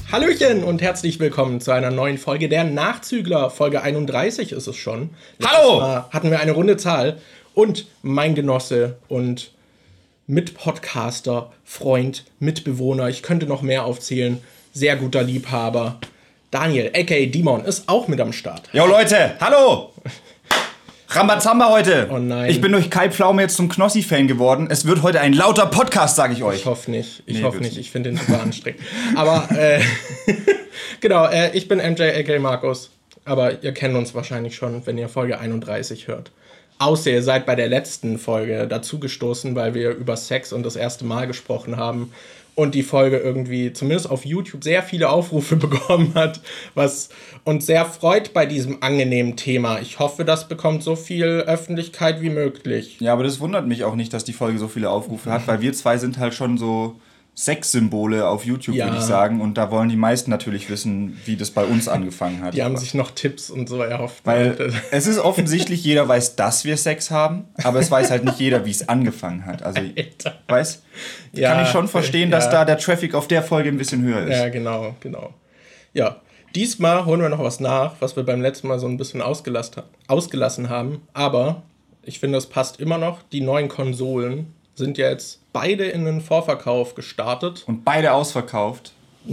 Hallöchen und herzlich willkommen zu einer neuen Folge der Nachzügler. Folge 31 ist es schon. Hallo! Mal hatten wir eine runde Zahl und mein Genosse und Mitpodcaster, Freund, Mitbewohner, ich könnte noch mehr aufzählen, sehr guter Liebhaber, Daniel, a.k.a. Dimon, ist auch mit am Start. Jo Leute, hallo! Rambazamba heute. Oh nein. Ich bin durch Kai Pflaume jetzt zum Knossi-Fan geworden. Es wird heute ein lauter Podcast, sage ich euch. Ich hoffe nicht. Ich finde den super anstrengend. Aber, genau, ich bin MJ, a.k.a. Markus. Aber ihr kennt uns wahrscheinlich schon, wenn ihr Folge 31 hört. Außer ihr seid bei der letzten Folge dazugestoßen, weil wir über Sex und das erste Mal gesprochen haben. Und die Folge irgendwie, zumindest auf YouTube, sehr viele Aufrufe bekommen hat, was uns sehr freut bei diesem angenehmen Thema. Ich hoffe, das bekommt so viel Öffentlichkeit wie möglich. Ja, aber das wundert mich auch nicht, dass die Folge so viele Aufrufe hat, weil wir zwei sind halt schon so Sexsymbole auf YouTube, würde ich sagen. Und da wollen die meisten natürlich wissen, wie das bei uns angefangen hat. Die haben sich noch Tipps und so erhofft. Weil es ist offensichtlich, jeder weiß, dass wir Sex haben, aber es weiß halt nicht jeder, wie es angefangen hat. Also, weißt du, kann ich schon verstehen, dass da der Traffic auf der Folge ein bisschen höher ist. Ja, genau. Ja, diesmal holen wir noch was nach, was wir beim letzten Mal so ein bisschen ausgelassen haben. Aber ich finde, es passt immer noch. Die neuen Konsolen sind ja jetzt beide in den Vorverkauf gestartet. Und beide ausverkauft.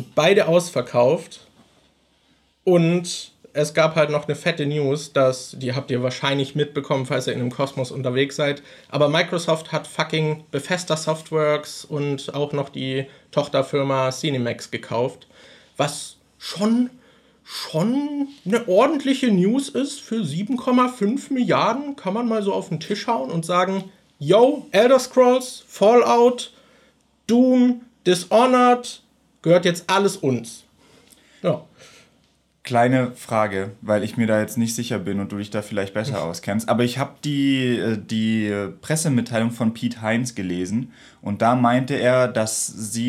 Und es gab halt noch eine fette News, die habt ihr wahrscheinlich mitbekommen, falls ihr in dem Kosmos unterwegs seid. Aber Microsoft hat fucking Bethesda Softworks und auch noch die Tochterfirma Cinemax gekauft. Was schon eine ordentliche News ist für 7,5 Milliarden. Kann man mal so auf den Tisch hauen und sagen, yo, Elder Scrolls, Fallout, Doom, Dishonored, gehört jetzt alles uns. Ja. Kleine Frage, weil ich mir da jetzt nicht sicher bin und du dich da vielleicht besser auskennst. Aber ich habe die Pressemitteilung von Pete Hines gelesen und da meinte er, dass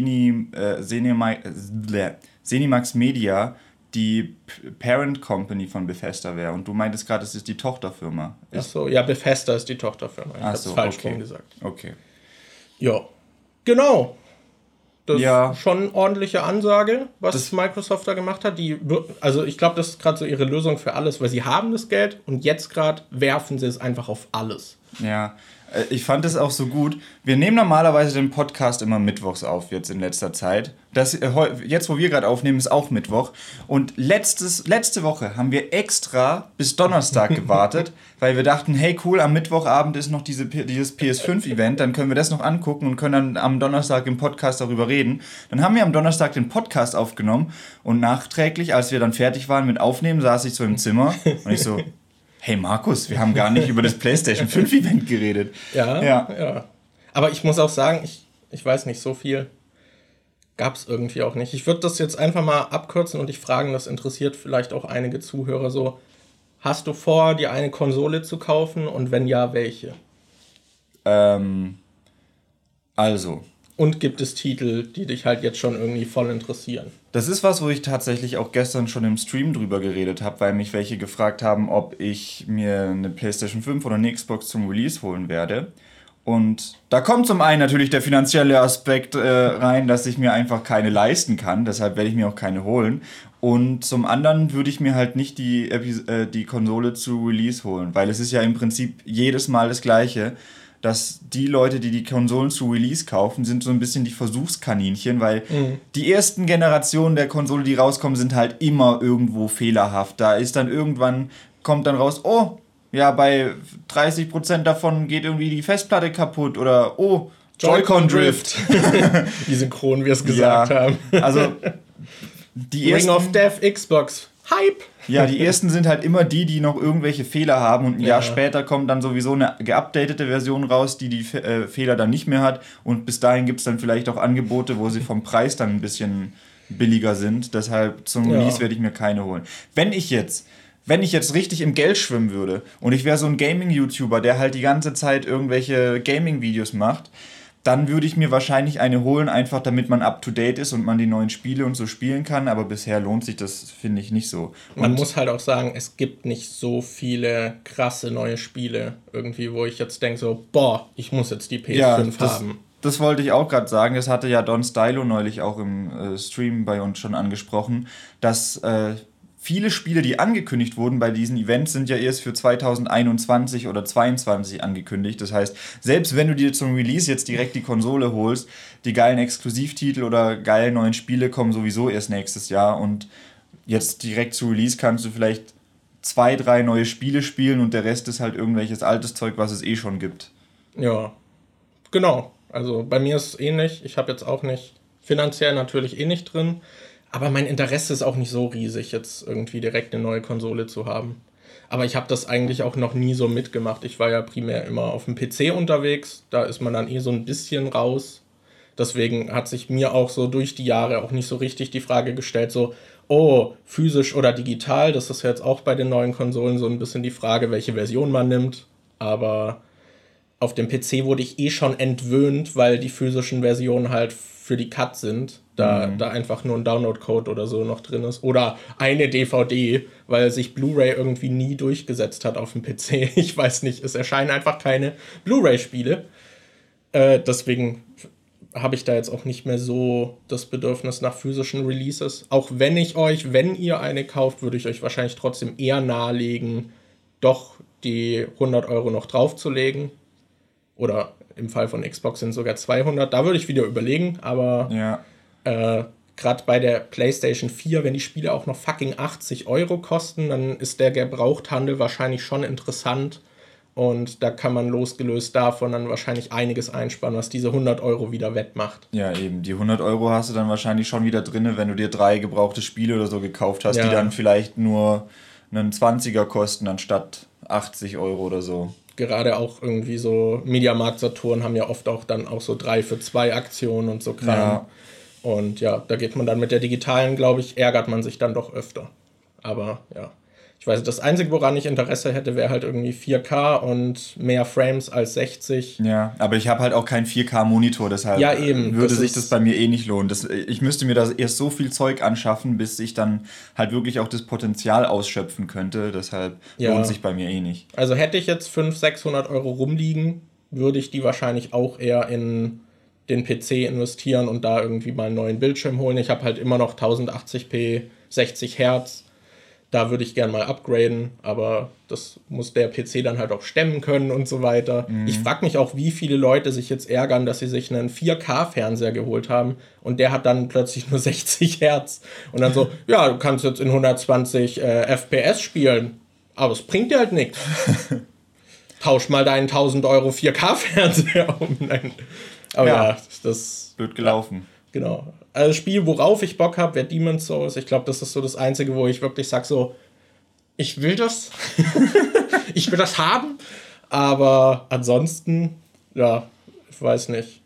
Zenimax Media die Parent Company von Bethesda wäre. Und du meintest gerade, es ist die Tochterfirma. Achso, ja, Bethesda ist die Tochterfirma. Ich hab's falsch gesagt. Okay. Ja, genau. Das ist schon eine ordentliche Ansage, was Microsoft da gemacht hat. Also ich glaube, das ist gerade so ihre Lösung für alles, weil sie haben das Geld und jetzt gerade werfen sie es einfach auf alles. Ja, ich fand es auch so gut. Wir nehmen normalerweise den Podcast immer mittwochs auf jetzt in letzter Zeit. Jetzt, wo wir gerade aufnehmen, ist auch Mittwoch. Und letzte Woche haben wir extra bis Donnerstag gewartet, weil wir dachten, hey cool, am Mittwochabend ist noch dieses PS5-Event, dann können wir das noch angucken und können dann am Donnerstag im Podcast darüber reden. Dann haben wir am Donnerstag den Podcast aufgenommen und nachträglich, als wir dann fertig waren mit Aufnehmen, saß ich so im Zimmer und ich so... Hey Markus, wir haben gar nicht über das PlayStation 5 Event geredet. Ja. Aber ich muss auch sagen, ich weiß nicht, so viel gab es irgendwie auch nicht. Ich würde das jetzt einfach mal abkürzen und dich fragen, das interessiert vielleicht auch einige Zuhörer so. Hast du vor, dir eine Konsole zu kaufen und wenn ja, welche? Und gibt es Titel, die dich halt jetzt schon irgendwie voll interessieren? Das ist was, wo ich tatsächlich auch gestern schon im Stream drüber geredet habe, weil mich welche gefragt haben, ob ich mir eine PlayStation 5 oder eine Xbox zum Release holen werde. Und da kommt zum einen natürlich der finanzielle Aspekt rein, dass ich mir einfach keine leisten kann, deshalb werde ich mir auch keine holen. Und zum anderen würde ich mir halt nicht die Konsole zu Release holen, weil es ist ja im Prinzip jedes Mal das Gleiche, dass die Leute, die Konsolen zu Release kaufen, sind so ein bisschen die Versuchskaninchen, weil die ersten Generationen der Konsole, die rauskommen, sind halt immer irgendwo fehlerhaft. Da ist dann irgendwann, kommt dann raus, oh, ja, bei 30% davon geht irgendwie die Festplatte kaputt oder oh, Joy-Con-Drift. Wie synchron wir es gesagt haben. Also die ersten... Ring of Death Xbox. Hype! Ja, die ersten sind halt immer die noch irgendwelche Fehler haben und ein Jahr später kommt dann sowieso eine geupdatete Version raus, die Fehler dann nicht mehr hat und bis dahin gibt es dann vielleicht auch Angebote, wo sie vom Preis dann ein bisschen billiger sind, deshalb zum Release werde ich mir keine holen. Wenn ich jetzt richtig im Geld schwimmen würde und ich wäre so ein Gaming-YouTuber, der halt die ganze Zeit irgendwelche Gaming-Videos macht, dann würde ich mir wahrscheinlich eine holen, einfach damit man up-to-date ist und man die neuen Spiele und so spielen kann. Aber bisher lohnt sich das, finde ich, nicht so. Man muss halt auch sagen, es gibt nicht so viele krasse neue Spiele irgendwie, wo ich jetzt denke so, boah, ich muss jetzt die PS5 haben. das wollte ich auch gerade sagen. Das hatte ja Don Stylo neulich auch im Stream bei uns schon angesprochen, dass viele Spiele, die angekündigt wurden bei diesen Events, sind ja erst für 2021 oder 2022 angekündigt. Das heißt, selbst wenn du dir zum Release jetzt direkt die Konsole holst, die geilen Exklusivtitel oder geilen neuen Spiele kommen sowieso erst nächstes Jahr. Und jetzt direkt zu Release kannst du vielleicht 2, 3 neue Spiele spielen und der Rest ist halt irgendwelches altes Zeug, was es eh schon gibt. Ja, genau. Also bei mir ist es ähnlich. Ich habe jetzt auch nicht, finanziell natürlich eh nicht drin, aber mein Interesse ist auch nicht so riesig, jetzt irgendwie direkt eine neue Konsole zu haben. Aber ich habe das eigentlich auch noch nie so mitgemacht. Ich war ja primär immer auf dem PC unterwegs. Da ist man dann eh so ein bisschen raus. Deswegen hat sich mir auch so durch die Jahre auch nicht so richtig die Frage gestellt, so, oh, physisch oder digital. Das ist jetzt auch bei den neuen Konsolen so ein bisschen die Frage, welche Version man nimmt. Aber auf dem PC wurde ich eh schon entwöhnt, weil die physischen Versionen halt für die Cut sind. Da einfach nur ein Download-Code oder so noch drin ist. Oder eine DVD, weil sich Blu-ray irgendwie nie durchgesetzt hat auf dem PC. Ich weiß nicht, es erscheinen einfach keine Blu-ray-Spiele. Deswegen habe ich da jetzt auch nicht mehr so das Bedürfnis nach physischen Releases. Auch wenn ihr eine kauft, würde ich euch wahrscheinlich trotzdem eher nahelegen, doch die 100 Euro noch draufzulegen. Oder im Fall von Xbox sind sogar 200. Da würde ich wieder überlegen, aber Ja. gerade bei der PlayStation 4, wenn die Spiele auch noch fucking 80 Euro kosten, dann ist der Gebrauchthandel wahrscheinlich schon interessant. Und da kann man losgelöst davon dann wahrscheinlich einiges einsparen, was diese 100 Euro wieder wettmacht. Ja, eben. Die 100 Euro hast du dann wahrscheinlich schon wieder drin, wenn du dir 3 gebrauchte Spiele oder so gekauft hast, Ja. die dann vielleicht nur einen 20er kosten, anstatt 80 Euro oder so. Gerade auch irgendwie so Mediamarkt, Saturn haben ja oft auch dann auch so 3 für 2 Aktionen und so Kram. Ja. Und ja, da geht man dann mit der digitalen, glaube ich, ärgert man sich dann doch öfter. Aber ja, ich weiß nicht, das Einzige, woran ich Interesse hätte, wäre halt irgendwie 4K und mehr Frames als 60. Ja, aber ich habe halt auch keinen 4K-Monitor, deshalb Ja, eben, würde das sich ist- das bei mir eh nicht lohnen. Ich müsste mir da erst so viel Zeug anschaffen, bis ich dann halt wirklich auch das Potenzial ausschöpfen könnte. Deshalb Ja. lohnt sich bei mir eh nicht. Also hätte ich jetzt 500, 600 Euro rumliegen, würde ich die wahrscheinlich auch eher in den PC investieren und da irgendwie mal einen neuen Bildschirm holen. Ich habe halt immer noch 1080p, 60 Hertz. Da würde ich gern mal upgraden, aber das muss der PC dann halt auch stemmen können und so weiter. Ich frage mich auch, wie viele Leute sich jetzt ärgern, dass sie sich einen 4K-Fernseher geholt haben und der hat dann plötzlich nur 60 Hertz. Und dann so, ja, du kannst jetzt in 120 FPS spielen, aber es bringt dir halt nichts. Tausch mal deinen 1000 Euro 4K-Fernseher um. Nein. Aber ja, das... Blöd gelaufen. Genau. Also das Spiel, worauf ich Bock habe, wäre Demon's Souls. Ich glaube, das ist so das Einzige, wo ich wirklich sage so, ich will das. Ich will das haben. Aber ansonsten, ja, ich weiß nicht.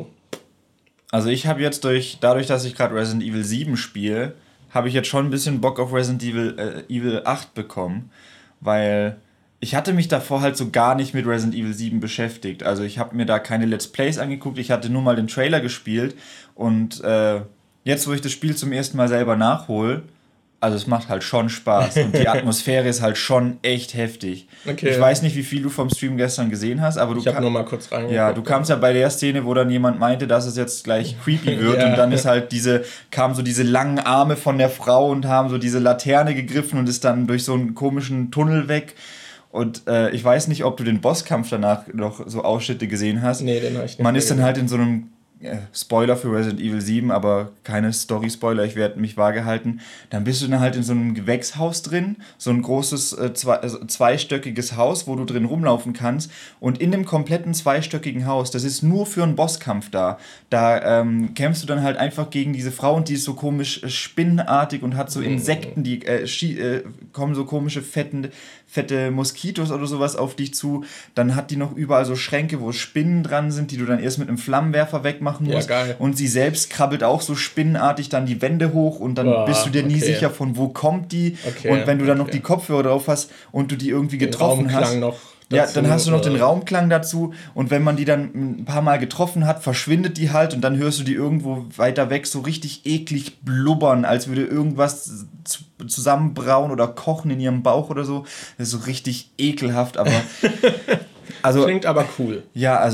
Also ich habe jetzt dadurch, dass ich gerade Resident Evil 7 spiele, habe ich jetzt schon ein bisschen Bock auf Resident Evil 8 bekommen, weil ich hatte mich davor halt so gar nicht mit Resident Evil 7 beschäftigt. Also ich habe mir da keine Let's Plays angeguckt, ich hatte nur mal den Trailer gespielt und jetzt, wo ich das Spiel zum ersten Mal selber nachhole, also es macht halt schon Spaß und die Atmosphäre ist halt schon echt heftig. Okay. Ich weiß nicht, wie viel du vom Stream gestern gesehen hast, aber ich habe nur mal kurz reingeguckt. ja, du kamst ja bei der Szene, wo dann jemand meinte, dass es jetzt gleich creepy wird Ja. und dann ist halt kamen so diese langen Arme von der Frau und haben so diese Laterne gegriffen und ist dann durch so einen komischen Tunnel weg. Und ich weiß nicht, ob du den Bosskampf danach noch so Ausschnitte gesehen hast. Nee, den habe ich nicht Man mehr ist dann gesehen. halt in so einem Spoiler für Resident Evil 7, aber keine Story-Spoiler, ich werde mich vage halten. Dann bist du dann halt in so einem Gewächshaus drin, so ein großes zweistöckiges Haus, wo du drin rumlaufen kannst. Und in dem kompletten zweistöckigen Haus, das ist nur für einen Bosskampf da. Da kämpfst du dann halt einfach gegen diese Frau und die ist so komisch spinnenartig und hat so Insekten, die kommen so komische fette Moskitos oder sowas auf dich zu. Dann hat die noch überall so Schränke, wo Spinnen dran sind, die du dann erst mit einem Flammenwerfer wegmachen musst. Ja, geil. Und sie selbst krabbelt auch so spinnenartig dann die Wände hoch und dann Boah, bist du dir nie okay. sicher, von wo kommt die. Okay, Und wenn du dann noch okay. die Kopfhörer drauf hast und du die irgendwie getroffen Raumklang hast. noch Ja, dazu, dann hast du noch den oder? Raumklang dazu und wenn man die dann ein paar Mal getroffen hat, verschwindet die halt und dann hörst du die irgendwo weiter weg so richtig eklig blubbern, als würde irgendwas zusammenbrauen oder kochen in ihrem Bauch oder so. Das ist so richtig ekelhaft, aber also Klingt aber cool. ja, also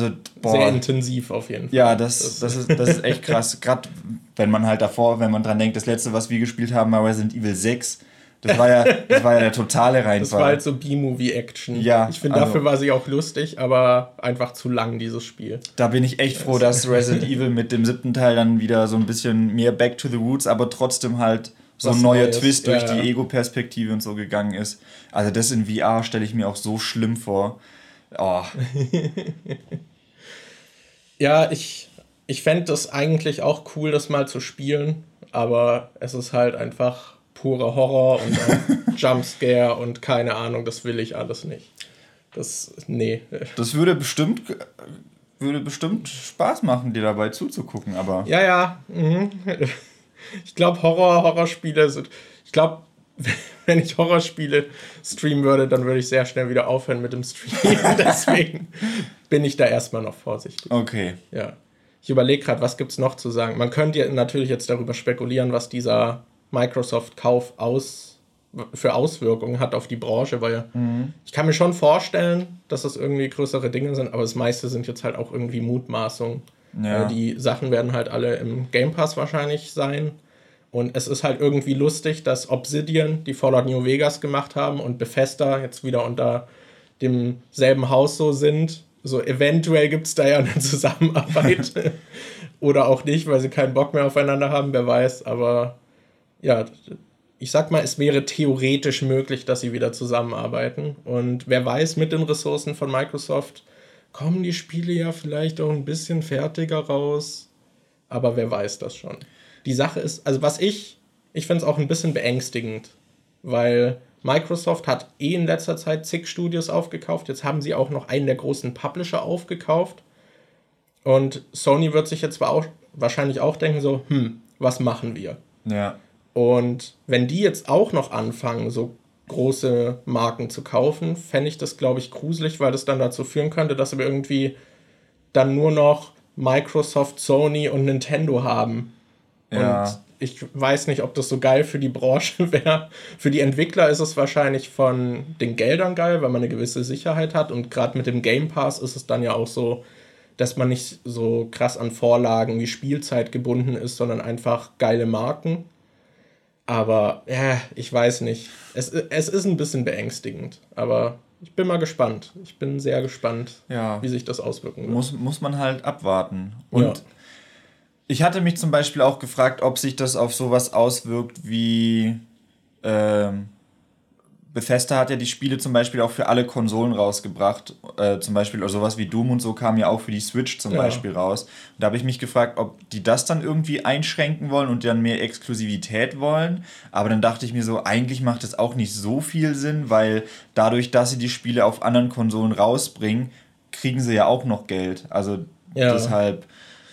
sehr intensiv auf jeden Fall. Ja, das ist echt krass. Gerade wenn man halt wenn man dran denkt, das letzte, was wir gespielt haben, war Resident Evil 6. Das war ja der totale Reinfall. Das war halt so B-Movie-Action. Ja, ich finde, dafür war sie auch lustig, aber einfach zu lang, dieses Spiel. Da bin ich echt froh, dass Resident Evil mit dem 7. Teil dann wieder so ein bisschen mehr Back to the Roots, aber trotzdem halt so ein neuer Twist durch die Ego-Perspektive und so gegangen ist. Also das in VR stelle ich mir auch so schlimm vor. Oh. Ja, ich fände das eigentlich auch cool, das mal zu spielen, aber es ist halt einfach purer Horror und Jumpscare und keine Ahnung, das will ich alles nicht. Nee. Das würde bestimmt Spaß machen, dir dabei zuzugucken, aber... Ja. Mhm. Ich glaube, Horrorspiele sind... Ich glaube, wenn ich Horrorspiele streamen würde, dann würde ich sehr schnell wieder aufhören mit dem Stream. Deswegen bin ich da erstmal noch vorsichtig. Okay. Ja. Ich überlege gerade, was gibt es noch zu sagen? Man könnte ja natürlich jetzt darüber spekulieren, was dieser Microsoft-Kauf für Auswirkungen hat auf die Branche, weil ich kann mir schon vorstellen, dass das irgendwie größere Dinge sind, aber das meiste sind jetzt halt auch irgendwie Mutmaßungen. Ja. Die Sachen werden halt alle im Game Pass wahrscheinlich sein. Und es ist halt irgendwie lustig, dass Obsidian, die Fallout New Vegas gemacht haben, und Bethesda jetzt wieder unter demselben Haus so sind. So eventuell gibt es da ja eine Zusammenarbeit. Oder auch nicht, weil sie keinen Bock mehr aufeinander haben, wer weiß. Aber ja, ich sag mal, es wäre theoretisch möglich, dass sie wieder zusammenarbeiten. Und wer weiß, mit den Ressourcen von Microsoft kommen die Spiele ja vielleicht auch ein bisschen fertiger raus. Aber wer weiß das schon. Die Sache ist, also ich finde es auch ein bisschen beängstigend, weil Microsoft hat in letzter Zeit zig Studios aufgekauft. Jetzt haben sie auch noch einen der großen Publisher aufgekauft. Und Sony wird sich jetzt wahrscheinlich auch denken so, was machen wir? Ja. Und wenn die jetzt auch noch anfangen, so große Marken zu kaufen, fände ich das, glaube ich, gruselig, weil das dann dazu führen könnte, dass wir irgendwie dann nur noch Microsoft, Sony und Nintendo haben. Ja. Und ich weiß nicht, ob das so geil für die Branche wäre. Für die Entwickler ist es wahrscheinlich von den Geldern geil, weil man eine gewisse Sicherheit hat. Und gerade mit dem Game Pass ist es dann ja auch so, dass man nicht so krass an Vorlagen wie Spielzeit gebunden ist, sondern einfach geile Marken. Aber ja, ich weiß nicht. Es ist ein bisschen beängstigend. Aber ich bin mal gespannt. Ich bin sehr gespannt, wie sich das auswirken wird. Muss man halt abwarten. Und ich hatte mich zum Beispiel auch gefragt, ob sich das auf sowas auswirkt wie Bethesda hat ja die Spiele zum Beispiel auch für alle Konsolen rausgebracht. Zum Beispiel oder sowas wie Doom und so kam ja auch für die Switch zum Beispiel raus. Und da habe ich mich gefragt, ob die das dann irgendwie einschränken wollen und dann mehr Exklusivität wollen. Aber dann dachte ich mir so, eigentlich macht es auch nicht so viel Sinn, weil dadurch, dass sie die Spiele auf anderen Konsolen rausbringen, kriegen sie ja auch noch Geld. Also deshalb...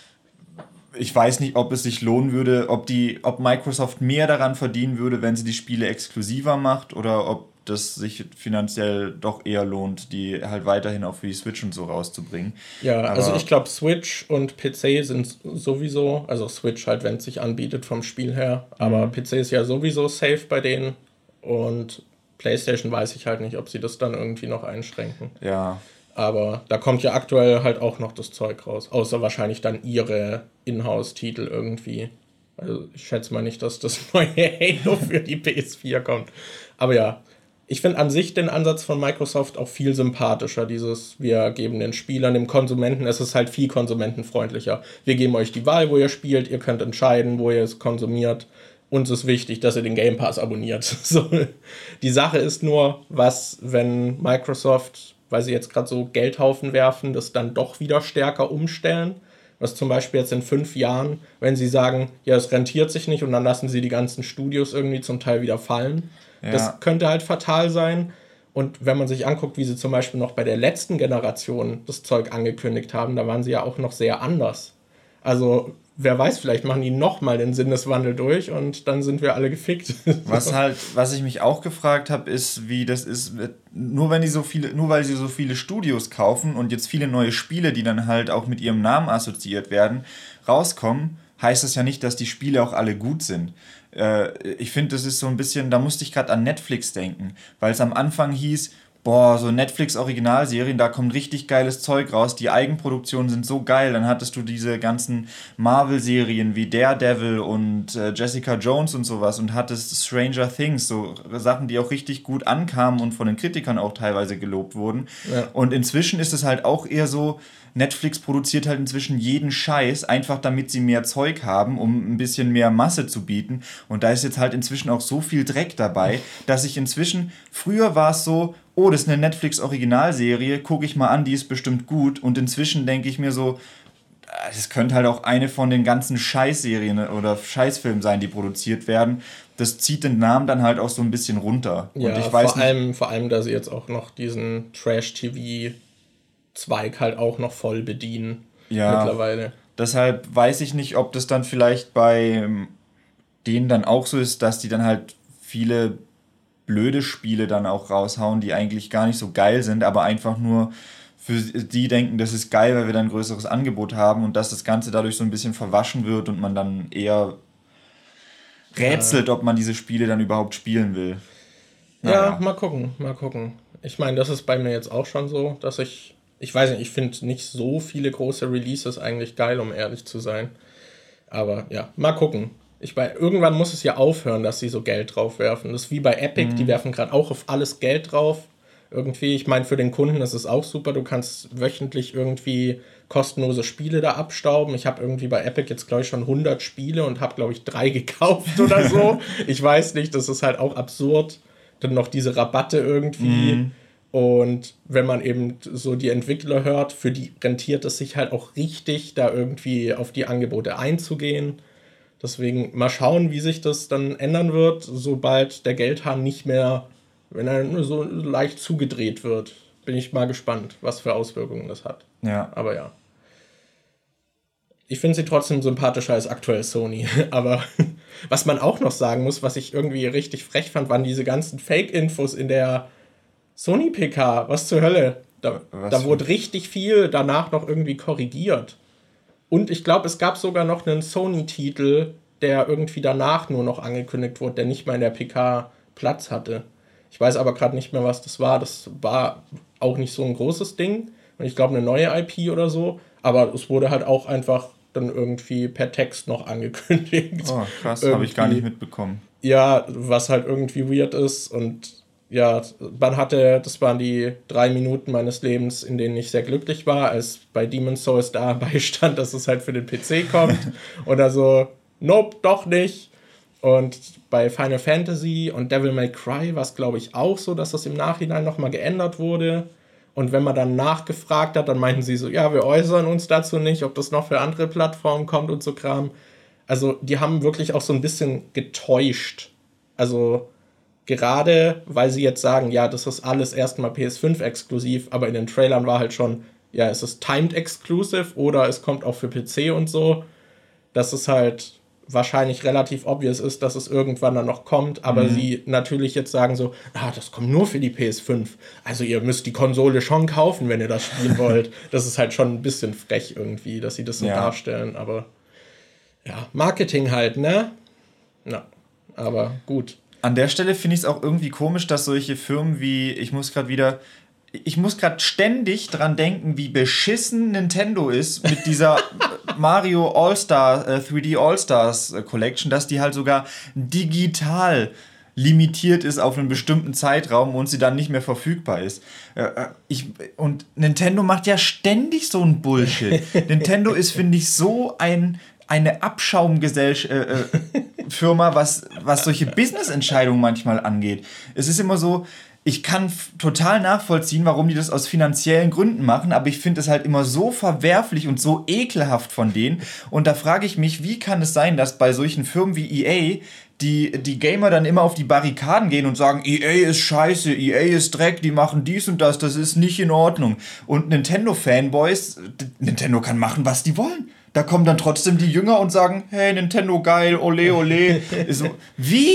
Ich weiß nicht, ob es sich lohnen würde, ob Microsoft mehr daran verdienen würde, wenn sie die Spiele exklusiver macht, oder ob das sich finanziell doch eher lohnt, die halt weiterhin auch für die Switch und so rauszubringen. Ja, aber also ich glaube, Switch und PC sind sowieso, also Switch halt, wenn es sich anbietet vom Spiel her, aber PC ist ja sowieso safe bei denen, und PlayStation weiß ich halt nicht, ob sie das dann irgendwie noch einschränken. Ja. Aber da kommt ja aktuell halt auch noch das Zeug raus. Außer wahrscheinlich dann ihre Inhouse-Titel irgendwie. Also ich schätze mal nicht, dass das neue Halo für die PS4 kommt. Aber ja, ich finde an sich den Ansatz von Microsoft auch viel sympathischer. Wir geben den Spielern, dem Konsumenten, es ist halt viel konsumentenfreundlicher. Wir geben euch die Wahl, wo ihr spielt, ihr könnt entscheiden, wo ihr es konsumiert. Uns ist wichtig, dass ihr den Game Pass abonniert. So. Die Sache ist nur, wenn Microsoft, weil sie jetzt gerade so Geldhaufen werfen, das dann doch wieder stärker umstellen. Was zum Beispiel jetzt in 5 Jahren, wenn sie sagen, ja, es rentiert sich nicht, und dann lassen sie die ganzen Studios irgendwie zum Teil wieder fallen. Ja. Das könnte halt fatal sein. Und wenn man sich anguckt, wie sie zum Beispiel noch bei der letzten Generation das Zeug angekündigt haben, da waren sie ja auch noch sehr anders. Also wer weiß, vielleicht machen die nochmal den Sinneswandel durch und dann sind wir alle gefickt. Was ich mich auch gefragt habe, ist, wie das ist, nur weil sie so viele Studios kaufen und jetzt viele neue Spiele, die dann halt auch mit ihrem Namen assoziiert werden, rauskommen, heißt das ja nicht, dass die Spiele auch alle gut sind. Ich finde, das ist so ein bisschen, da musste ich gerade an Netflix denken, weil es am Anfang hieß, boah, so Netflix-Originalserien, da kommt richtig geiles Zeug raus, die Eigenproduktionen sind so geil, dann hattest du diese ganzen Marvel-Serien wie Daredevil und Jessica Jones und sowas und hattest Stranger Things, so Sachen, die auch richtig gut ankamen und von den Kritikern auch teilweise gelobt wurden. Ja. Und inzwischen ist es halt auch eher so, Netflix produziert halt inzwischen jeden Scheiß, einfach damit sie mehr Zeug haben, um ein bisschen mehr Masse zu bieten. Und da ist jetzt halt inzwischen auch so viel Dreck dabei, dass ich inzwischen, früher war es so, oh, das ist eine Netflix-Originalserie, gucke ich mal an, die ist bestimmt gut. Und inzwischen denke ich mir so, das könnte halt auch eine von den ganzen Scheißserien oder Scheißfilmen sein, die produziert werden. Das zieht den Namen dann halt auch so ein bisschen runter. Ja, und ich weiß vor allem, dass sie jetzt auch noch diesen Trash-TV Zweig halt auch noch voll bedienen mittlerweile. Deshalb weiß ich nicht, ob das dann vielleicht bei denen dann auch so ist, dass die dann halt viele blöde Spiele dann auch raushauen, die eigentlich gar nicht so geil sind, aber einfach nur für die denken, das ist geil, weil wir dann ein größeres Angebot haben und dass das Ganze dadurch so ein bisschen verwaschen wird und man dann eher rätselt, ob man diese Spiele dann überhaupt spielen will. Ja, mal gucken. Ich meine, das ist bei mir jetzt auch schon so, dass ich weiß nicht, ich finde nicht so viele große Releases eigentlich geil, um ehrlich zu sein. Aber ja, mal gucken. Irgendwann muss es ja aufhören, dass sie so Geld drauf werfen. Das ist wie bei Epic, die werfen gerade auch auf alles Geld drauf. Irgendwie, ich meine, für den Kunden ist es auch super. Du kannst wöchentlich irgendwie kostenlose Spiele da abstauben. Ich habe irgendwie bei Epic jetzt, glaube ich, schon 100 Spiele und habe, glaube ich, 3 gekauft oder so. Ich weiß nicht, das ist halt auch absurd. Dann noch diese Rabatte irgendwie. Und wenn man eben so die Entwickler hört, für die rentiert es sich halt auch richtig, da irgendwie auf die Angebote einzugehen. Deswegen mal schauen, wie sich das dann ändern wird, sobald der Geldhahn nicht mehr, wenn er nur so leicht zugedreht wird. Bin ich mal gespannt, was für Auswirkungen das hat. Ja. Aber ja. Ich finde sie trotzdem sympathischer als aktuell Sony. Aber was man auch noch sagen muss, was ich irgendwie richtig frech fand, waren diese ganzen Fake-Infos in der Sony-PK, was zur Hölle? Da wurde richtig viel danach noch irgendwie korrigiert. Und ich glaube, es gab sogar noch einen Sony-Titel, der irgendwie danach nur noch angekündigt wurde, der nicht mal in der PK Platz hatte. Ich weiß aber gerade nicht mehr, was das war. Das war auch nicht so ein großes Ding. Und ich glaube, eine neue IP oder so. Aber es wurde halt auch einfach dann irgendwie per Text noch angekündigt. Oh, krass, habe ich gar nicht mitbekommen. Ja, was halt irgendwie weird ist und ja, das waren die 3 Minuten meines Lebens, in denen ich sehr glücklich war, als bei Demon's Souls dabei stand, dass es halt für den PC kommt. Oder so, nope, doch nicht. Und bei Final Fantasy und Devil May Cry war es, glaube ich, auch so, dass das im Nachhinein nochmal geändert wurde. Und wenn man dann nachgefragt hat, dann meinten sie so, ja, wir äußern uns dazu nicht, ob das noch für andere Plattformen kommt und so Kram. Also die haben wirklich auch so ein bisschen getäuscht. Also gerade, weil sie jetzt sagen, ja, das ist alles erstmal PS5-exklusiv, aber in den Trailern war halt schon, ja, es ist timed exclusive oder es kommt auch für PC und so, dass es halt wahrscheinlich relativ obvious ist, dass es irgendwann dann noch kommt, aber sie natürlich jetzt sagen so, das kommt nur für die PS5, also ihr müsst die Konsole schon kaufen, wenn ihr das spielen wollt. Das ist halt schon ein bisschen frech irgendwie, dass sie das so darstellen, aber ja, Marketing halt, ne? Na, aber gut. An der Stelle finde ich es auch irgendwie komisch, dass solche Firmen wie, ich muss gerade ständig dran denken, wie beschissen Nintendo ist mit dieser Mario All-Star, 3D All-Stars Collection, dass die halt sogar digital limitiert ist auf einen bestimmten Zeitraum und sie dann nicht mehr verfügbar ist. Und Nintendo macht ja ständig so einen Bullshit. Nintendo ist, finde ich, so eine Abschaumgesellschaft, was solche Business-Entscheidungen manchmal angeht. Es ist immer so, ich kann total nachvollziehen, warum die das aus finanziellen Gründen machen, aber ich finde es halt immer so verwerflich und so ekelhaft von denen. Und da frage ich mich, wie kann es sein, dass bei solchen Firmen wie EA die Gamer dann immer auf die Barrikaden gehen und sagen, EA ist scheiße, EA ist Dreck, die machen dies und das ist nicht in Ordnung. Und Nintendo-Fanboys, Nintendo kann machen, was die wollen. Da kommen dann trotzdem die Jünger und sagen, hey, Nintendo geil, ole, ole. So, wie?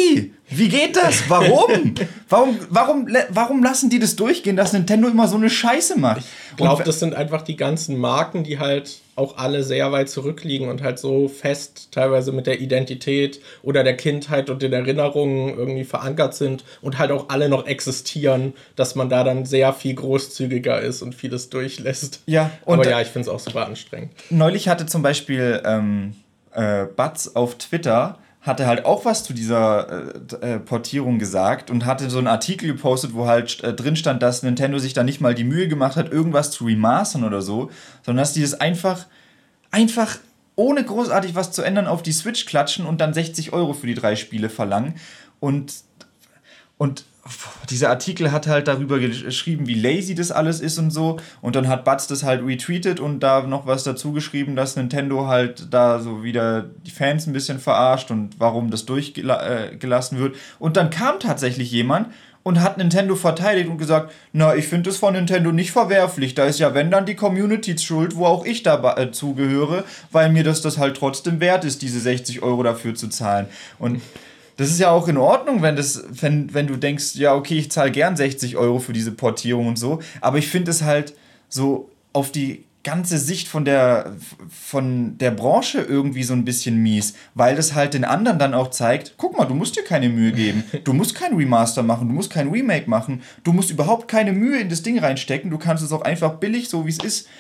Wie geht das? Warum? Warum lassen die das durchgehen, dass Nintendo immer so eine Scheiße macht? Ich glaube, das sind einfach die ganzen Marken, die halt auch alle sehr weit zurückliegen und halt so fest teilweise mit der Identität oder der Kindheit und den Erinnerungen irgendwie verankert sind und halt auch alle noch existieren, dass man da dann sehr viel großzügiger ist und vieles durchlässt. Ja, und aber ja, ich finde es auch super anstrengend. Neulich hatte zum Beispiel Batz auf Twitter hatte halt auch was zu dieser Portierung gesagt und hatte so einen Artikel gepostet, wo halt drin stand, dass Nintendo sich da nicht mal die Mühe gemacht hat, irgendwas zu remastern oder so, sondern dass die das einfach ohne großartig was zu ändern auf die Switch klatschen und dann 60 € für die 3 Spiele verlangen. Und dieser Artikel hat halt darüber geschrieben, wie lazy das alles ist und so. Und dann hat Batz das halt retweetet und da noch was dazu geschrieben, dass Nintendo halt da so wieder die Fans ein bisschen verarscht und warum das durchgelassen wird. Und dann kam tatsächlich jemand und hat Nintendo verteidigt und gesagt, na, ich finde das von Nintendo nicht verwerflich. Da ist ja, wenn dann die Community schuld, wo auch ich dazu gehöre, weil mir das halt trotzdem wert ist, diese 60 € dafür zu zahlen. Und das ist ja auch in Ordnung, wenn du denkst, ja, okay, ich zahle gern 60 € für diese Portierung und so, aber ich finde es halt so auf die ganze Sicht von der Branche irgendwie so ein bisschen mies, weil das halt den anderen dann auch zeigt, guck mal, du musst dir keine Mühe geben, du musst kein Remaster machen, du musst kein Remake machen, du musst überhaupt keine Mühe in das Ding reinstecken, du kannst es auch einfach billig, so wie es ist,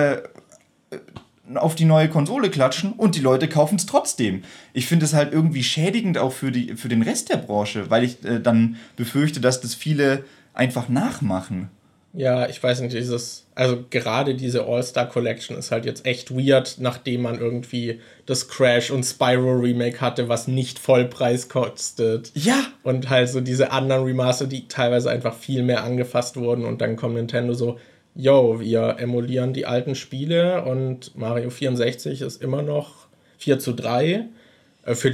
auf die neue Konsole klatschen und die Leute kaufen es trotzdem. Ich finde es halt irgendwie schädigend auch für den Rest der Branche, weil ich dann befürchte, dass das viele einfach nachmachen. Ja, ich weiß nicht, also gerade diese All-Star Collection ist halt jetzt echt weird, nachdem man irgendwie das Crash und Spyro Remake hatte, was nicht Vollpreis kostet. Ja! Und halt so diese anderen Remaster, die teilweise einfach viel mehr angefasst wurden und dann kommt Nintendo so, yo, wir emulieren die alten Spiele und Mario 64 ist immer noch 4:3. Für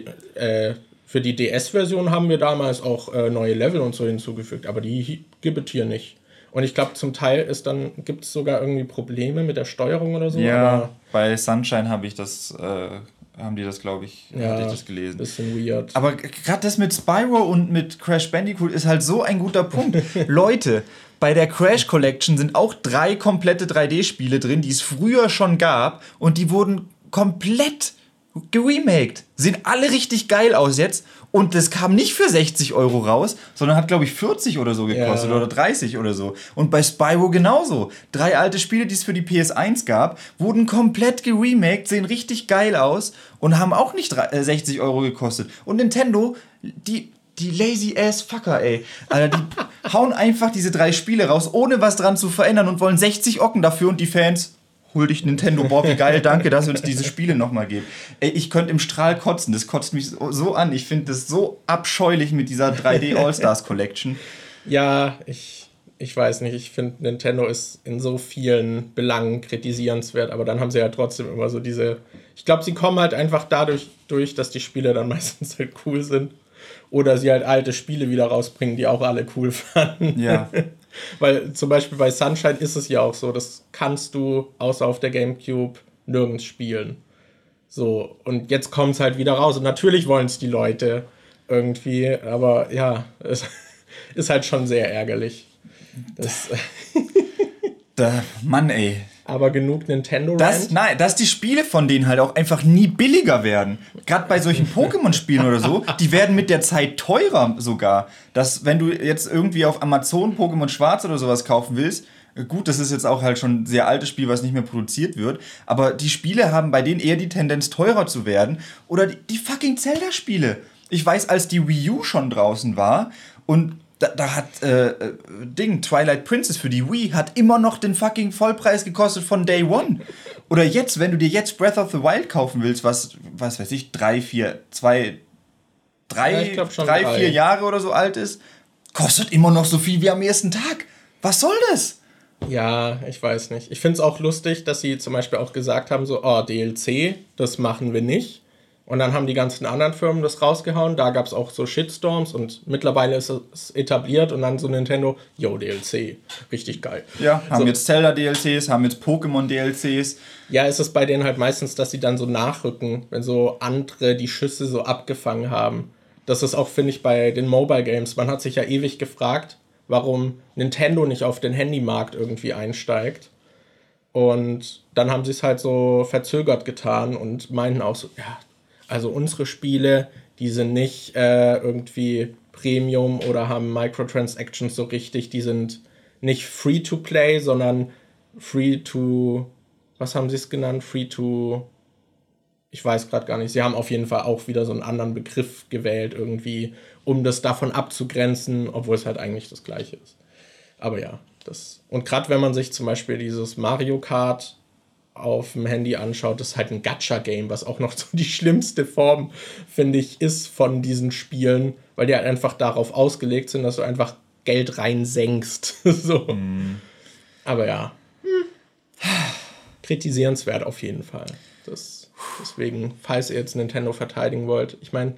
die DS-Version haben wir damals auch neue Level und so hinzugefügt, aber die gibt es hier nicht. Und ich glaube, zum Teil gibt es sogar irgendwie Probleme mit der Steuerung oder so. Ja, aber bei Sunshine haben die das, glaube ich, ja, hatte ich das gelesen. Bisschen weird. Aber gerade das mit Spyro und mit Crash Bandicoot ist halt so ein guter Punkt. Leute, bei der Crash Collection sind auch 3 komplette 3D-Spiele drin, die es früher schon gab und die wurden komplett geremaked. Sehen alle richtig geil aus jetzt und das kam nicht für 60 € raus, sondern hat, glaube ich, 40 oder so gekostet oder 30 oder so. Und bei Spyro genauso. 3 alte Spiele, die es für die PS1 gab, wurden komplett geremaked, sehen richtig geil aus und haben auch nicht 60 € gekostet. Und Nintendo, die lazy ass Fucker, ey. Alter, die hauen einfach diese 3 Spiele raus, ohne was dran zu verändern und wollen 60 Ocken dafür und die Fans, huldigt Nintendo, boah, wie geil, danke, dass ihr uns diese Spiele nochmal gebt. Ey, ich könnte im Strahl kotzen, das kotzt mich so an. Ich finde das so abscheulich mit dieser 3D All-Stars Collection. Ja, ich weiß nicht, ich finde Nintendo ist in so vielen Belangen kritisierenswert, aber dann haben sie ja trotzdem immer so ich glaube, sie kommen halt einfach dadurch durch, dass die Spiele dann meistens halt cool sind. Oder sie halt alte Spiele wieder rausbringen, die auch alle cool fanden. Ja. Weil zum Beispiel bei Sunshine ist es ja auch so, das kannst du außer auf der GameCube nirgends spielen. So, und jetzt kommt es halt wieder raus. Und natürlich wollen es die Leute irgendwie, aber ja, es ist halt schon sehr ärgerlich. Mann, ey. Aber genug Nintendo Nein, dass die Spiele von denen halt auch einfach nie billiger werden. Gerade bei solchen Pokémon-Spielen oder so, die werden mit der Zeit teurer sogar. Dass, wenn du jetzt irgendwie auf Amazon Pokémon Schwarz oder sowas kaufen willst, gut, das ist jetzt auch halt schon ein sehr altes Spiel, was nicht mehr produziert wird, aber die Spiele haben bei denen eher die Tendenz, teurer zu werden. Oder die fucking Zelda-Spiele. Ich weiß, als die Wii U schon draußen war und da hat Twilight Princess für die Wii hat immer noch den fucking Vollpreis gekostet von Day One. Oder jetzt, wenn du dir jetzt Breath of the Wild kaufen willst, was weiß ich, 4 Jahre oder so alt ist, kostet immer noch so viel wie am ersten Tag. Was soll das? Ja, ich weiß nicht. Ich finde es auch lustig, dass sie zum Beispiel auch gesagt haben, so, DLC, das machen wir nicht. Und dann haben die ganzen anderen Firmen das rausgehauen. Da gab es auch so Shitstorms und mittlerweile ist es etabliert und dann so Nintendo, DLC, richtig geil. Ja, haben jetzt Zelda-DLCs, haben jetzt Pokémon-DLCs. Ja, ist es bei denen halt meistens, dass sie dann so nachrücken, wenn so andere die Schüsse so abgefangen haben. Das ist auch, finde ich, bei den Mobile Games. Man hat sich ja ewig gefragt, warum Nintendo nicht auf den Handymarkt irgendwie einsteigt. Und dann haben sie es halt so verzögert getan und meinten auch so, ja, also unsere Spiele, die sind nicht irgendwie Premium oder haben Microtransactions so richtig, die sind nicht Free-to-Play, sondern Free-to, was haben sie es genannt? Free-to, ich weiß gerade gar nicht. Sie haben auf jeden Fall auch wieder so einen anderen Begriff gewählt irgendwie, um das davon abzugrenzen, obwohl es halt eigentlich das Gleiche ist. Aber ja, das. Und gerade wenn man sich zum Beispiel dieses Mario Kart auf dem Handy anschaut, das ist halt ein Gacha-Game, was auch noch so die schlimmste Form, finde ich, ist von diesen Spielen, weil die halt einfach darauf ausgelegt sind, dass du einfach Geld reinsenkst. So. Aber ja. Kritisierenswert auf jeden Fall. Deswegen, falls ihr jetzt Nintendo verteidigen wollt, ich meine,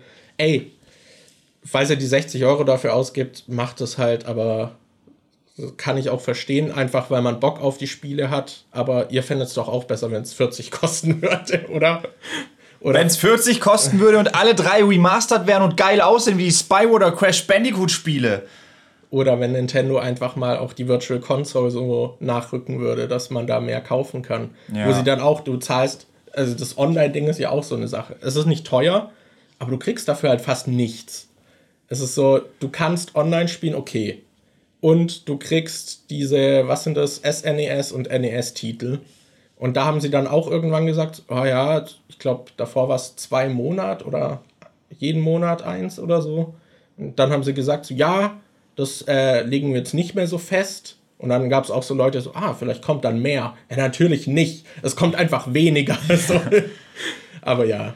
falls ihr die 60 € dafür ausgibt, macht es halt, aber kann ich auch verstehen, einfach weil man Bock auf die Spiele hat, aber ihr fändet es doch auch besser, wenn es 40 kosten würde, oder? Wenn es 40 kosten würde und alle 3 remastered wären und geil aussehen wie die Spyro oder Crash Bandicoot Spiele. Oder wenn Nintendo einfach mal auch die Virtual Console so nachrücken würde, dass man da mehr kaufen kann. Ja. Wo sie dann auch, du zahlst, also das Online-Ding ist ja auch so eine Sache. Es ist nicht teuer, aber du kriegst dafür halt fast nichts. Es ist so, du kannst online spielen, okay. Und du kriegst diese, was sind das, SNES und NES-Titel. Und da haben sie dann auch irgendwann gesagt, oh ja, ich glaube, davor war es 2 Monate oder jeden Monat eins oder so. Und dann haben sie gesagt, so, ja, das legen wir jetzt nicht mehr so fest. Und dann gab es auch so Leute, so, vielleicht kommt dann mehr. Ja, natürlich nicht. Es kommt einfach weniger. So. Aber ja,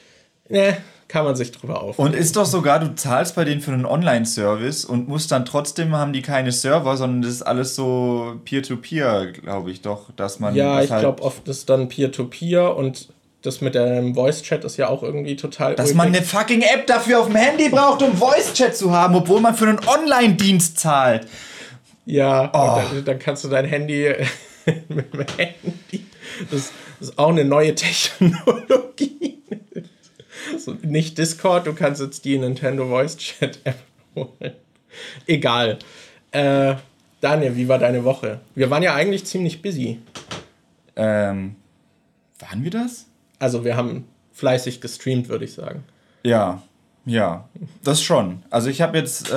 kann man sich drüber aufregen. Und ist doch sogar, du zahlst bei denen für einen Online-Service und musst dann trotzdem, haben die keine Server, sondern das ist alles so Peer-to-Peer, glaube ich doch, dass man... Ja, ich glaube oft ist dann Peer-to-Peer und das mit dem Voice-Chat ist ja auch irgendwie total dass man eine fucking App dafür auf dem Handy braucht, um Voice-Chat zu haben, obwohl man für einen Online-Dienst zahlt. Ja, und dann kannst du dein Handy mit dem Handy... Das ist auch eine neue Technologie. So, nicht Discord, du kannst jetzt die Nintendo Voice Chat App holen. Egal. Daniel, wie war deine Woche? Wir waren ja eigentlich ziemlich busy. Waren wir das? Also wir haben fleißig gestreamt, würde ich sagen. Ja, das schon. Also ich habe jetzt,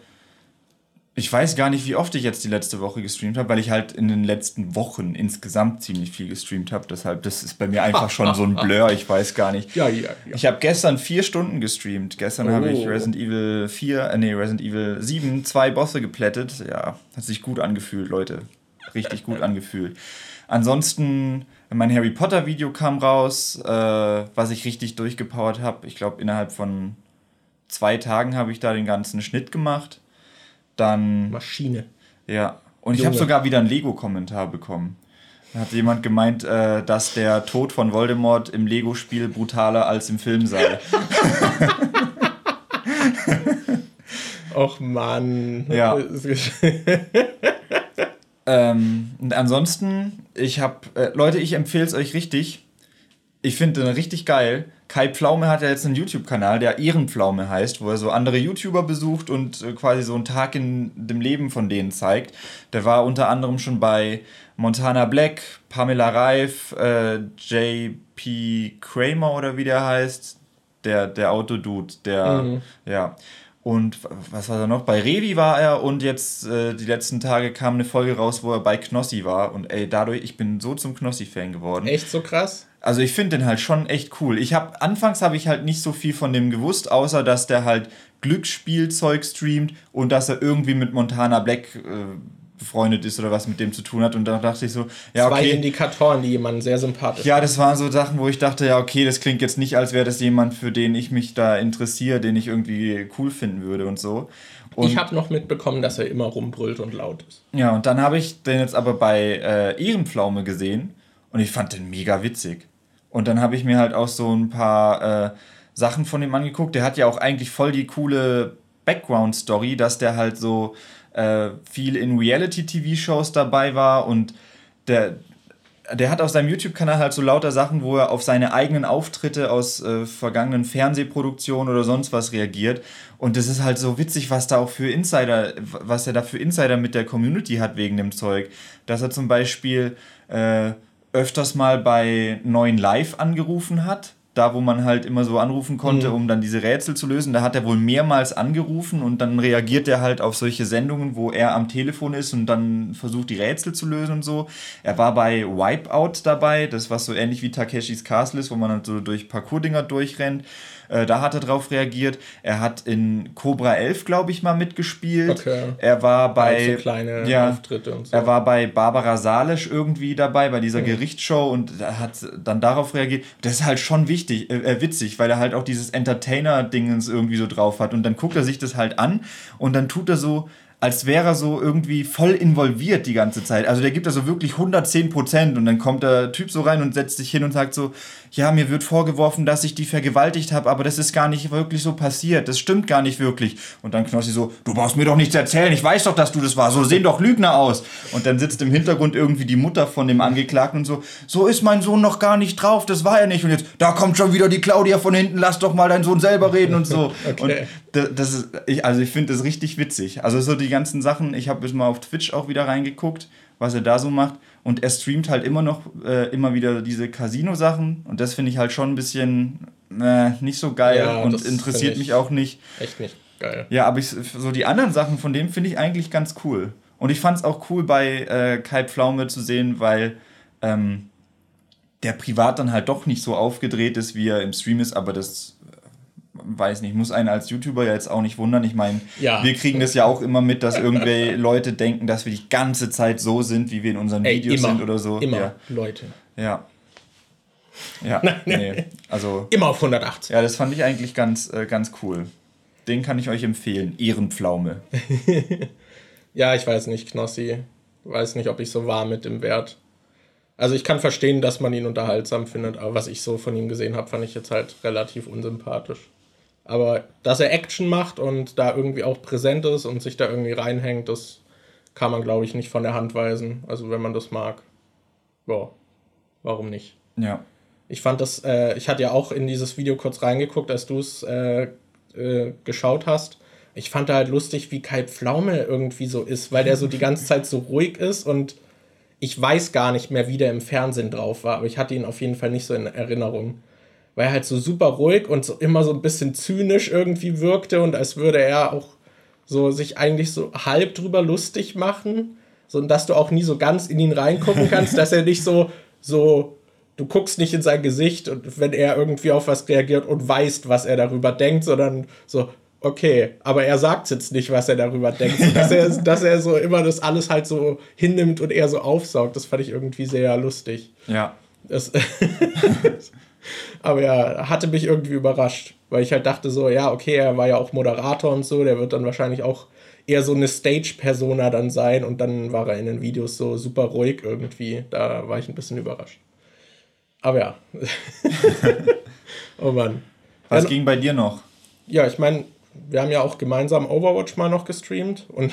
ich weiß gar nicht, wie oft ich jetzt die letzte Woche gestreamt habe, weil ich halt in den letzten Wochen insgesamt ziemlich viel gestreamt habe. Deshalb, das ist bei mir einfach schon so ein Blur, ich weiß gar nicht. Ja. Ich habe gestern 4 Stunden gestreamt. Gestern habe ich Resident Evil 7 2 Bosse geplättet. Ja, hat sich gut angefühlt, Leute. Richtig gut angefühlt. Ansonsten, mein Harry Potter Video kam raus, was ich richtig durchgepowert habe. Ich glaube, innerhalb von 2 Tagen habe ich da den ganzen Schnitt gemacht. Dann Maschine. Ja, und ich habe sogar wieder einen Lego-Kommentar bekommen. Da hat jemand gemeint, dass der Tod von Voldemort im Lego-Spiel brutaler als im Film sei. Och Mann. Ja. Und ansonsten, Leute, ich empfehle es euch richtig. Ich finde den richtig geil. Kai Pflaume hat ja jetzt einen YouTube-Kanal, der Ehrenpflaume heißt, wo er so andere YouTuber besucht und quasi so einen Tag in dem Leben von denen zeigt. Der war unter anderem schon bei Montana Black, Pamela Reif, JP Kramer oder wie der heißt, der Autodude, ja. Und was war da noch? Bei Revi war er und jetzt die letzten Tage kam eine Folge raus, wo er bei Knossi war. Und dadurch, ich bin so zum Knossi-Fan geworden. Echt so krass? Also ich finde den halt schon echt cool. Anfangs habe ich halt nicht so viel von dem gewusst, außer dass der halt Glücksspielzeug streamt und dass er irgendwie mit Montana Black befreundet ist oder was mit dem zu tun hat. Und da dachte ich so, ja, okay. 2 Indikatoren, die jemanden sehr sympathisch Ja, das waren so Sachen, wo ich dachte, ja, okay, das klingt jetzt nicht, als wäre das jemand, für den ich mich da interessiere, den ich irgendwie cool finden würde und so. Und ich habe noch mitbekommen, dass er immer rumbrüllt und laut ist. Ja, und dann habe ich den jetzt aber bei Ehrenpflaume gesehen und ich fand den mega witzig. Und dann habe ich mir halt auch so ein paar Sachen von dem angeguckt. Der hat ja auch eigentlich voll die coole Background-Story, dass der halt so viel in Reality-TV-Shows dabei war und der hat auf seinem YouTube-Kanal halt so lauter Sachen, wo er auf seine eigenen Auftritte aus vergangenen Fernsehproduktionen oder sonst was reagiert. Und das ist halt so witzig, was er da für Insider mit der Community hat wegen dem Zeug. Dass er zum Beispiel öfters mal bei 9 Live angerufen hat. Da, wo man halt immer so anrufen konnte, um dann diese Rätsel zu lösen. Da hat er wohl mehrmals angerufen und dann reagiert er halt auf solche Sendungen, wo er am Telefon ist und dann versucht, die Rätsel zu lösen und so. Er war bei Wipeout dabei, das was so ähnlich wie Takeshis Castle ist, wo man halt so durch Parcours-Dinger durchrennt. Da hat er drauf reagiert. Er hat in Cobra 11, glaube ich, mal mitgespielt. Okay. Er war bei... So kleine Auftritte und so. Er war bei Barbara Salisch irgendwie dabei, bei dieser Gerichtsshow und hat dann darauf reagiert. Das ist halt schon witzig, weil er halt auch dieses Entertainer-Dingens irgendwie so drauf hat. Und dann guckt er sich das halt an und dann tut er so, als wäre er so irgendwie voll involviert die ganze Zeit. Also der gibt da so wirklich 110% und dann kommt der Typ so rein und setzt sich hin und sagt so, ja, mir wird vorgeworfen, dass ich die vergewaltigt habe, aber das ist gar nicht wirklich so passiert. Das stimmt gar nicht wirklich. Und dann Knossi so, du brauchst mir doch nichts erzählen, ich weiß doch, dass du das warst. So sehen doch Lügner aus. Und dann sitzt im Hintergrund irgendwie die Mutter von dem Angeklagten und so ist mein Sohn noch gar nicht drauf, das war er nicht. Und jetzt, da kommt schon wieder die Claudia von hinten, lass doch mal deinen Sohn selber reden und so. Okay. Und ich finde das richtig witzig. Also so die ganzen Sachen, ich habe jetzt mal auf Twitch auch wieder reingeguckt, was er da so macht. Und er streamt halt immer wieder diese Casino-Sachen. Und das finde ich halt schon ein bisschen nicht so geil und interessiert mich auch nicht. Echt nicht geil. Ja, aber so die anderen Sachen von dem finde ich eigentlich ganz cool. Und ich fand es auch cool bei Kai Pflaume zu sehen, weil der privat dann halt doch nicht so aufgedreht ist, wie er im Stream ist. Aber das... weiß nicht, muss einen als YouTuber ja jetzt auch nicht wundern. Ich meine, wir kriegen das ja auch immer mit, dass irgendwelche Leute denken, dass wir die ganze Zeit so sind, wie wir in unseren Videos sind oder so. Immer Leute. Ja. Ja, nee. Also, immer auf 180. Ja, das fand ich eigentlich ganz cool. Den kann ich euch empfehlen. Ehrenpflaume. Ja, ich weiß nicht, Knossi. Weiß nicht, ob ich so war mit dem Wert. Also ich kann verstehen, dass man ihn unterhaltsam findet, aber was ich so von ihm gesehen habe, fand ich jetzt halt relativ unsympathisch. Aber dass er Action macht und da irgendwie auch präsent ist und sich da irgendwie reinhängt, das kann man, glaube ich, nicht von der Hand weisen. Also wenn man das mag, ja, warum nicht? Ja. Ich fand das, ich hatte ja auch in dieses Video kurz reingeguckt, als du es geschaut hast. Ich fand da halt lustig, wie Kai Pflaume irgendwie so ist, weil der so die ganze Zeit so ruhig ist und ich weiß gar nicht mehr, wie der im Fernsehen drauf war, aber ich hatte ihn auf jeden Fall nicht so in Erinnerung. Weil er halt so super ruhig und so immer so ein bisschen zynisch irgendwie wirkte und als würde er auch so sich eigentlich so halb drüber lustig machen, so dass du auch nie so ganz in ihn reingucken kannst, dass er nicht so du guckst nicht in sein Gesicht und wenn er irgendwie auf was reagiert und weißt, was er darüber denkt, sondern so, okay, aber er sagt jetzt nicht, was er darüber denkt, dass er so immer das alles halt so hinnimmt und eher so aufsaugt, das fand ich irgendwie sehr lustig. Ja. Aber ja, hatte mich irgendwie überrascht, weil ich halt dachte so, ja, okay, er war ja auch Moderator und so, der wird dann wahrscheinlich auch eher so eine Stage-Persona dann sein und dann war er in den Videos so super ruhig irgendwie, da war ich ein bisschen überrascht. Aber ja. Oh Mann. Was ging bei dir noch? Ja, ich meine, wir haben ja auch gemeinsam Overwatch mal noch gestreamt und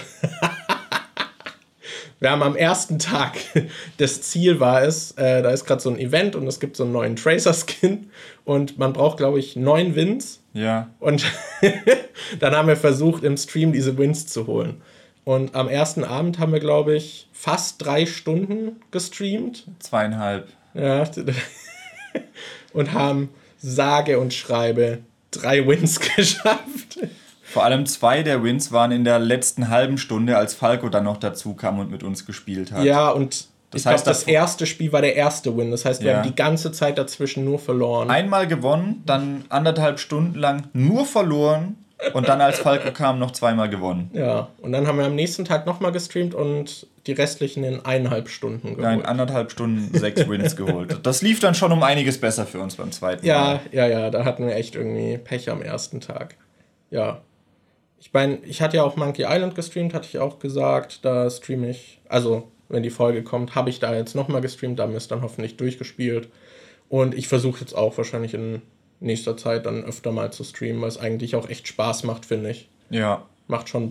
wir haben am ersten Tag, das Ziel war es, da ist gerade so ein Event und es gibt so einen neuen Tracer-Skin und man braucht, glaube ich, 9 Wins. Ja. Und dann haben wir versucht, im Stream diese Wins zu holen. Und am ersten Abend haben wir, glaube ich, fast 3 Stunden gestreamt. 2,5. Ja. Und haben sage und schreibe 3 Wins geschafft. Vor allem 2 der Wins waren in der letzten halben Stunde, als Falco dann noch dazu kam und mit uns gespielt hat. Ja, und ich glaube, das erste Spiel war der erste Win. Das heißt, wir haben die ganze Zeit dazwischen nur verloren. Einmal gewonnen, dann 1,5 Stunden lang nur verloren und dann, als Falco kam, noch 2-mal gewonnen. Ja, und dann haben wir am nächsten Tag nochmal gestreamt und die restlichen in 1,5 Stunden geholt. Nein, 1,5 Stunden 6 Wins geholt. Das lief dann schon um einiges besser für uns beim zweiten Mal. Ja, da hatten wir echt irgendwie Pech am ersten Tag. Ja. Ich meine, ich hatte ja auch Monkey Island gestreamt, hatte ich auch gesagt. Da streame ich, also wenn die Folge kommt, habe ich da jetzt nochmal gestreamt, da haben wir es dann hoffentlich durchgespielt. Und ich versuche jetzt auch wahrscheinlich in nächster Zeit dann öfter mal zu streamen, weil es eigentlich auch echt Spaß macht, finde ich. Ja. Macht schon Bock.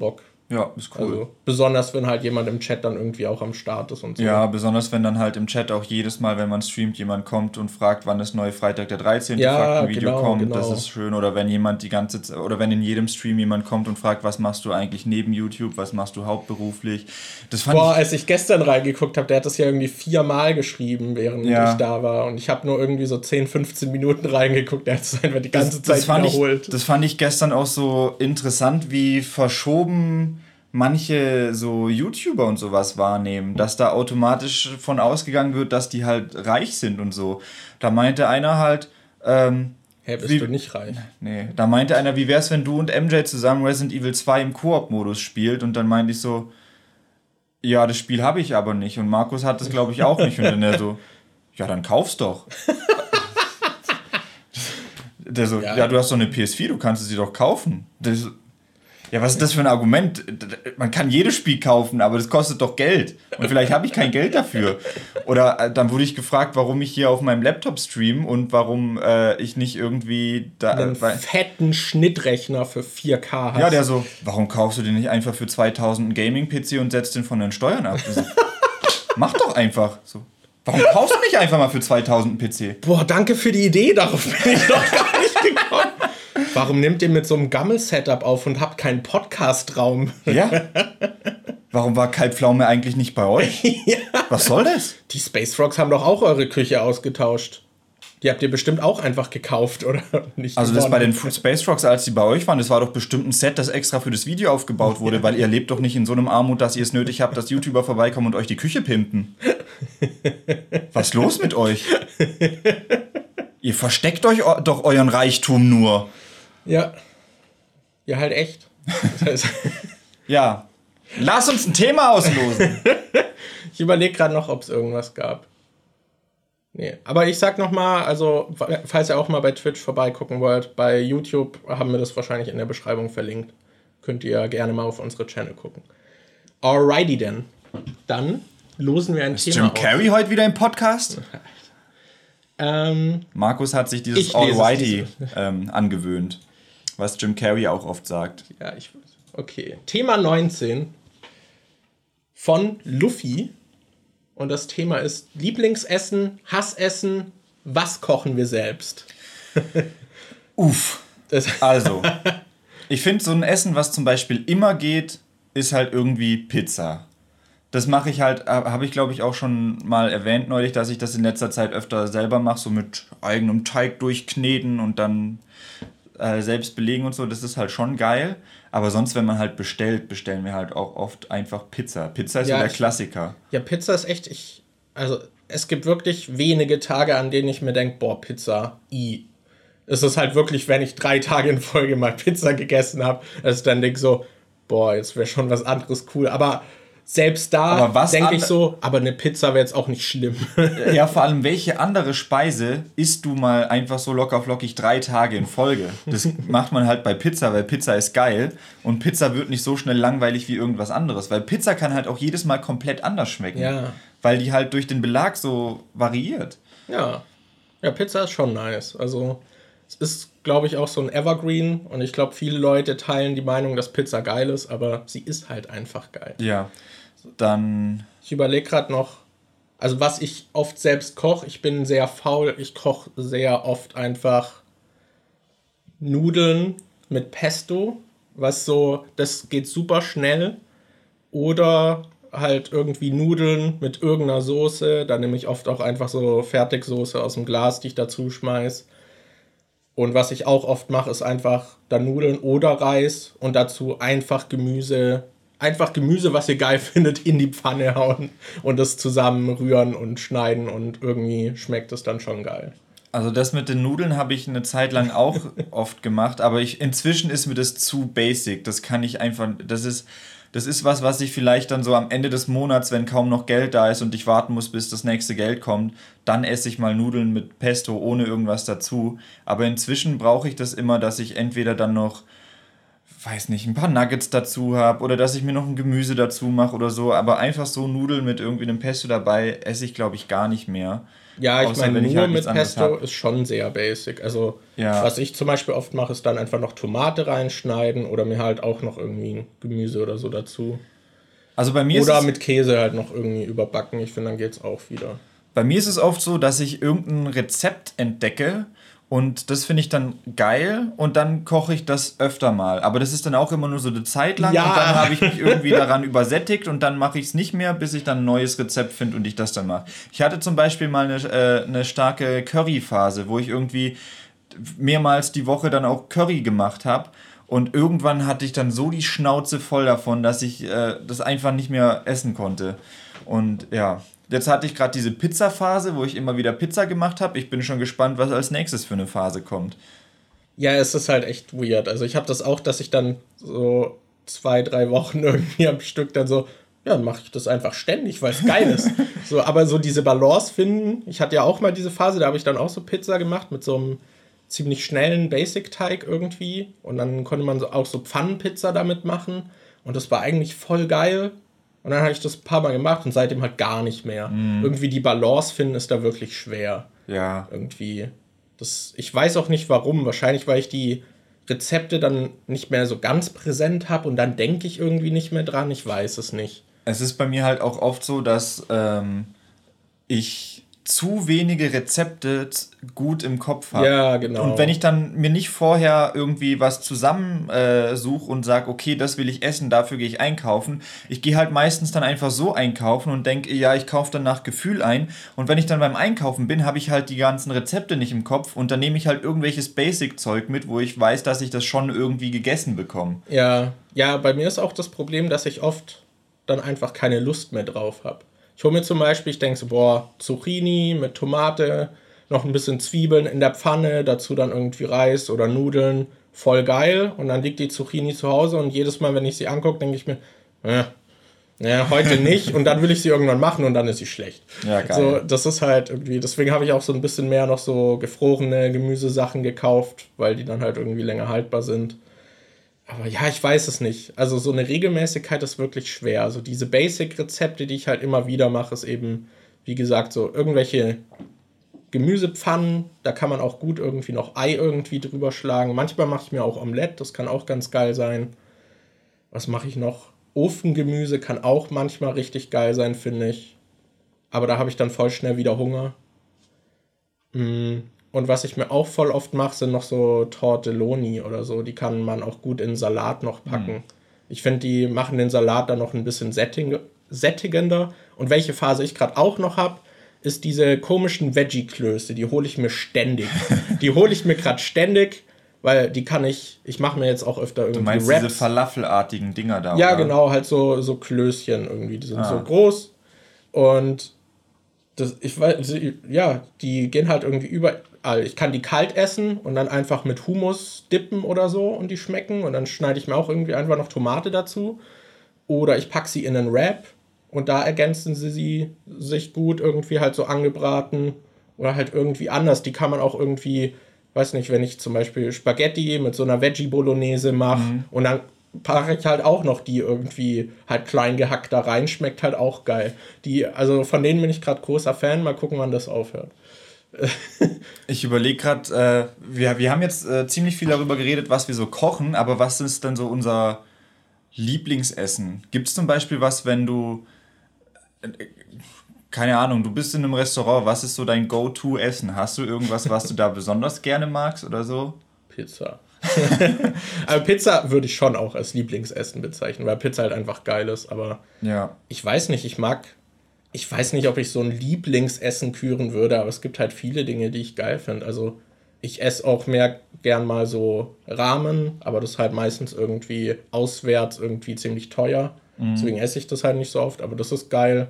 Ja, ist cool. Also, besonders, wenn halt jemand im Chat dann irgendwie auch am Start ist und so. Ja, besonders wenn dann halt im Chat auch jedes Mal, wenn man streamt, jemand kommt und fragt, wann das neue Freitag der 13. Ja, Faktenvideo kommt. genau. Das ist schön. Oder wenn jemand die ganze Zeit, oder wenn in jedem Stream jemand kommt und fragt, was machst du eigentlich neben YouTube, was machst du hauptberuflich. Das fand als ich gestern reingeguckt habe, der hat das ja irgendwie 4-mal geschrieben, während ich da war. Und ich habe nur irgendwie so 10, 15 Minuten reingeguckt. Der hat es einfach die ganze Zeit wiederholt. Das fand ich gestern auch so interessant, wie verschoben manche so YouTuber und sowas wahrnehmen, dass da automatisch von ausgegangen wird, dass die halt reich sind und so. Da meinte einer halt, bist du nicht reich? Nee, da meinte einer, wie wär's, wenn du und MJ zusammen Resident Evil 2 im Koop-Modus spielt? Und dann meinte ich so, ja, das Spiel habe ich aber nicht. Und Markus hat das, glaube ich, auch nicht. Und dann er so, ja, dann kauf's doch. Der so, ja, du hast doch eine PS4, du kannst sie doch kaufen. Das so, ja, was ist das für ein Argument? Man kann jedes Spiel kaufen, aber das kostet doch Geld. Und vielleicht habe ich kein Geld dafür. Oder dann wurde ich gefragt, warum ich hier auf meinem Laptop stream und warum ich nicht irgendwie da einen fetten Schnittrechner für 4K hast. Ja, der so, warum kaufst du den nicht einfach für 2000 einen Gaming-PC und setzt den von den Steuern ab? So, mach doch einfach. So, warum kaufst du nicht einfach mal für 2000 einen PC? Boah, danke für die Idee, darauf bin ich noch gar nicht gekommen. Warum nehmt ihr mit so einem Gammel-Setup auf und habt keinen Podcast-Raum? Ja. Warum war Kalbpflaume eigentlich nicht bei euch? Ja. Was soll das? Die Space Frogs haben doch auch eure Küche ausgetauscht. Die habt ihr bestimmt auch einfach gekauft, oder? Nicht also das bei den Space Frogs, als die bei euch waren, das war doch bestimmt ein Set, das extra für das Video aufgebaut wurde, weil ihr lebt doch nicht in so einem Armut, dass ihr es nötig habt, dass YouTuber vorbeikommen und euch die Küche pimpen. Was ist los mit euch? Ihr versteckt euch doch euren Reichtum nur. Ja. Ja, halt echt. Das heißt ja. Lass uns ein Thema auslosen. Ich überlege gerade noch, ob es irgendwas gab. Nee. Aber ich sag nochmal, also, falls ihr auch mal bei Twitch vorbeigucken wollt, bei YouTube haben wir das wahrscheinlich in der Beschreibung verlinkt. Könnt ihr gerne mal auf unsere Channel gucken. Alrighty denn. Dann losen wir ein Thema Jim Carrey heute wieder im Podcast? Markus hat sich dieses Alrighty angewöhnt, was Jim Carrey auch oft sagt. Ja, okay. Thema 19 von Luffy. Und das Thema ist Lieblingsessen, Hassessen, was kochen wir selbst? Uff. Also, ich finde so ein Essen, was zum Beispiel immer geht, ist halt irgendwie Pizza. Das mache ich halt, habe ich glaube ich auch schon mal erwähnt neulich, dass ich das in letzter Zeit öfter selber mache, so mit eigenem Teig durchkneten und dann selbst belegen und so. Das ist halt schon geil. Aber sonst, wenn man halt bestellt, bestellen wir halt auch oft einfach Pizza. Pizza ist ja der Klassiker. Ja, Pizza ist echt, also es gibt wirklich wenige Tage, an denen ich mir denke, boah, Pizza, Es ist halt wirklich, wenn ich 3 Tage in Folge mal Pizza gegessen habe, dass ich dann denke so, boah, jetzt wäre schon was anderes cool. Aber selbst da denke ich so, aber eine Pizza wäre jetzt auch nicht schlimm. Ja, vor allem, welche andere Speise isst du mal einfach so locker flockig 3 Tage in Folge? Das macht man halt bei Pizza, weil Pizza ist geil und Pizza wird nicht so schnell langweilig wie irgendwas anderes, weil Pizza kann halt auch jedes Mal komplett anders schmecken, weil die halt durch den Belag so variiert. Ja, Pizza ist schon nice, also es ist, glaube ich, auch so ein Evergreen und ich glaube, viele Leute teilen die Meinung, dass Pizza geil ist, aber sie ist halt einfach geil. Ja, dann... Ich überlege gerade noch, also was ich oft selbst koche, ich bin sehr faul, ich koche sehr oft einfach Nudeln mit Pesto, das geht super schnell, oder halt irgendwie Nudeln mit irgendeiner Soße, da nehme ich oft auch einfach so Fertigsoße aus dem Glas, die ich dazu schmeiß. Und was ich auch oft mache, ist einfach dann Nudeln oder Reis und dazu einfach Gemüse, was ihr geil findet, in die Pfanne hauen und das zusammen rühren und schneiden und irgendwie schmeckt es dann schon geil. Also das mit den Nudeln habe ich eine Zeit lang auch oft gemacht, aber inzwischen ist mir das zu basic. Das kann ich einfach, das ist was ich vielleicht dann so am Ende des Monats, wenn kaum noch Geld da ist und ich warten muss, bis das nächste Geld kommt, dann esse ich mal Nudeln mit Pesto ohne irgendwas dazu. Aber inzwischen brauche ich das immer, dass ich entweder dann noch weiß nicht, ein paar Nuggets dazu habe oder dass ich mir noch ein Gemüse dazu mache oder so, aber einfach so Nudeln mit irgendwie einem Pesto dabei esse ich, glaube ich, gar nicht mehr. Ja, ich Außer meine, wenn ich nur halt nichts mit anderes Pesto habe. ist schon sehr basic. Also, Ja, was ich zum Beispiel oft mache, ist dann einfach noch Tomate reinschneiden oder mir halt auch noch irgendwie ein Gemüse oder so dazu. also bei mir ist Oder es mit Käse halt noch irgendwie überbacken. Ich finde, dann geht's auch wieder. Bei mir ist es oft so, dass ich irgendein Rezept entdecke und das finde ich dann geil und dann koche ich das öfter mal. Aber das ist dann auch immer nur so eine Zeit lang und dann Ja, habe ich mich irgendwie daran übersättigt und dann mache ich es nicht mehr, bis ich dann ein neues Rezept finde und ich das dann mache. Ich hatte zum Beispiel mal eine starke Curry-Phase, wo ich irgendwie mehrmals die Woche dann auch Curry gemacht habe. Und irgendwann hatte ich dann so die Schnauze voll davon, dass ich das einfach nicht mehr essen konnte. Und ja, jetzt hatte ich gerade diese Pizza-Phase, wo ich immer wieder Pizza gemacht habe. Ich bin schon gespannt, was als nächstes für eine Phase kommt. ja, es ist halt echt weird. Also ich habe das auch, dass ich dann so 2, 3 Wochen irgendwie am Stück dann so, ja, dann mache ich das einfach ständig, weil es geil ist. So, aber so diese Balance finden. Ich hatte ja auch mal diese Phase, da habe ich dann auch so Pizza gemacht mit so einem ziemlich schnellen Basic-Teig irgendwie. Und dann konnte man so auch so Pfannenpizza damit machen. Und das war eigentlich voll geil. Und dann habe ich das ein paar Mal gemacht und seitdem halt gar nicht mehr. Irgendwie die Balance finden ist da wirklich schwer. Ja, Irgendwie. Ich weiß auch nicht warum. Wahrscheinlich, weil ich die Rezepte dann nicht mehr so ganz präsent habe und dann denke ich irgendwie nicht mehr dran. Ich weiß es nicht. es ist bei mir halt auch oft so, dass ich zu wenige Rezepte gut im Kopf habe. Ja, genau. Und wenn ich dann mir nicht vorher irgendwie was zusammen suche und sage, okay, das will ich essen, dafür gehe ich einkaufen. Ich gehe halt meistens dann einfach so einkaufen und denke, ja, ich kaufe dann nach Gefühl ein. Und wenn ich dann beim Einkaufen bin, habe ich halt die ganzen Rezepte nicht im Kopf und dann nehme ich halt irgendwelches Basic-Zeug mit, wo ich weiß, dass ich das schon irgendwie gegessen bekomme. Ja, ja, bei mir ist auch das Problem, dass ich oft dann einfach keine Lust mehr drauf habe. Ich hole mir zum Beispiel, ich denke so, boah, Zucchini mit Tomate, noch ein bisschen Zwiebeln in der Pfanne, dazu dann irgendwie Reis oder Nudeln, voll geil. Und dann liegt die Zucchini zu Hause und jedes Mal, wenn ich sie angucke, denke ich mir, heute nicht. Und dann will ich sie irgendwann machen und dann ist sie schlecht. Ja, geil. So, das ist halt irgendwie, deswegen habe ich auch so ein bisschen mehr noch so gefrorene Gemüsesachen gekauft, weil die dann halt irgendwie länger haltbar sind. Aber ja, ich weiß es nicht. Also so eine Regelmäßigkeit ist wirklich schwer. Also diese Basic-Rezepte, die ich halt immer wieder mache, ist eben, wie gesagt, so irgendwelche Gemüsepfannen. Da kann man auch gut irgendwie noch Ei irgendwie drüber schlagen. Manchmal mache ich mir auch Omelette, das kann auch ganz geil sein. Was mache ich noch? Ofengemüse kann auch manchmal richtig geil sein, finde ich. Aber da habe ich dann voll schnell wieder Hunger. Und was ich mir auch voll oft mache, sind noch so Tortelloni oder so. Die kann man auch gut in Salat noch packen. Ich finde, die machen den Salat dann noch ein bisschen sättigender. Und welche Phase ich gerade auch noch habe, ist diese komischen Veggie-Klöße. Die hole ich mir ständig. Die hole ich mir gerade ständig, weil die kann ich mache mir jetzt auch öfter irgendwie Du meinst Wraps. diese Falafelartigen Dinger da, Ja, oder? genau, halt so Klößchen irgendwie. Die sind so groß und ich weiß, ja, die gehen halt irgendwie überall. Ich kann die kalt essen und dann einfach mit Hummus dippen oder so und die schmecken. Und dann schneide ich mir auch irgendwie einfach noch Tomate dazu. Oder ich packe sie in einen Wrap und da ergänzen sie sich gut, irgendwie halt so angebraten oder halt irgendwie anders. Die kann man auch irgendwie, weiß nicht, wenn ich zum Beispiel Spaghetti mit so einer Veggie-Bolognese mache und dann packe ich halt auch noch die irgendwie halt klein gehackt da rein, schmeckt halt auch geil. Also von denen bin ich gerade großer Fan, mal gucken, wann das aufhört. Ich überlege gerade, wir haben jetzt ziemlich viel darüber geredet, was wir so kochen, aber was ist denn so unser Lieblingsessen? Gibt es zum Beispiel was, wenn du, keine Ahnung, du bist in einem Restaurant, was ist so dein Go-To-Essen? Hast du irgendwas, was du da besonders gerne magst oder so? Pizza. Aber Pizza würde ich schon auch als Lieblingsessen bezeichnen, weil Pizza halt einfach geil ist. Aber Ja. ich weiß nicht, ich weiß nicht, ob ich so ein Lieblingsessen küren würde, aber es gibt halt viele Dinge, die ich geil finde. Also ich esse auch mehr gern mal so Ramen, aber das ist halt meistens irgendwie auswärts irgendwie ziemlich teuer. Deswegen esse ich das halt nicht so oft, aber das ist geil.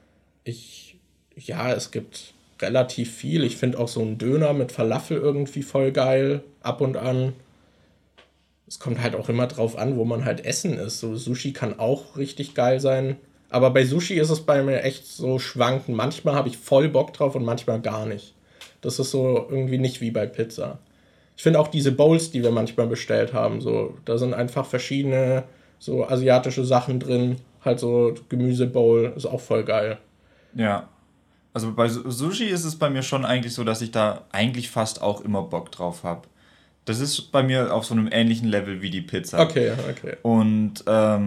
Ja, es gibt relativ viel. Ich finde auch so einen Döner mit Falafel irgendwie voll geil, ab und an. Es kommt halt auch immer drauf an, wo man halt essen ist. So Sushi kann auch richtig geil sein. Aber bei Sushi ist es bei mir echt so schwanken. Manchmal habe ich voll Bock drauf und manchmal gar nicht. Das ist so irgendwie nicht wie bei Pizza. Ich finde auch diese Bowls, die wir manchmal bestellt haben, so, da sind einfach verschiedene so asiatische Sachen drin. Halt so Gemüsebowl, ist auch voll geil. Ja. Also bei Sushi ist es bei mir schon eigentlich so, dass ich da eigentlich fast auch immer Bock drauf habe. Das ist bei mir auf so einem ähnlichen Level wie die Pizza. Okay. Und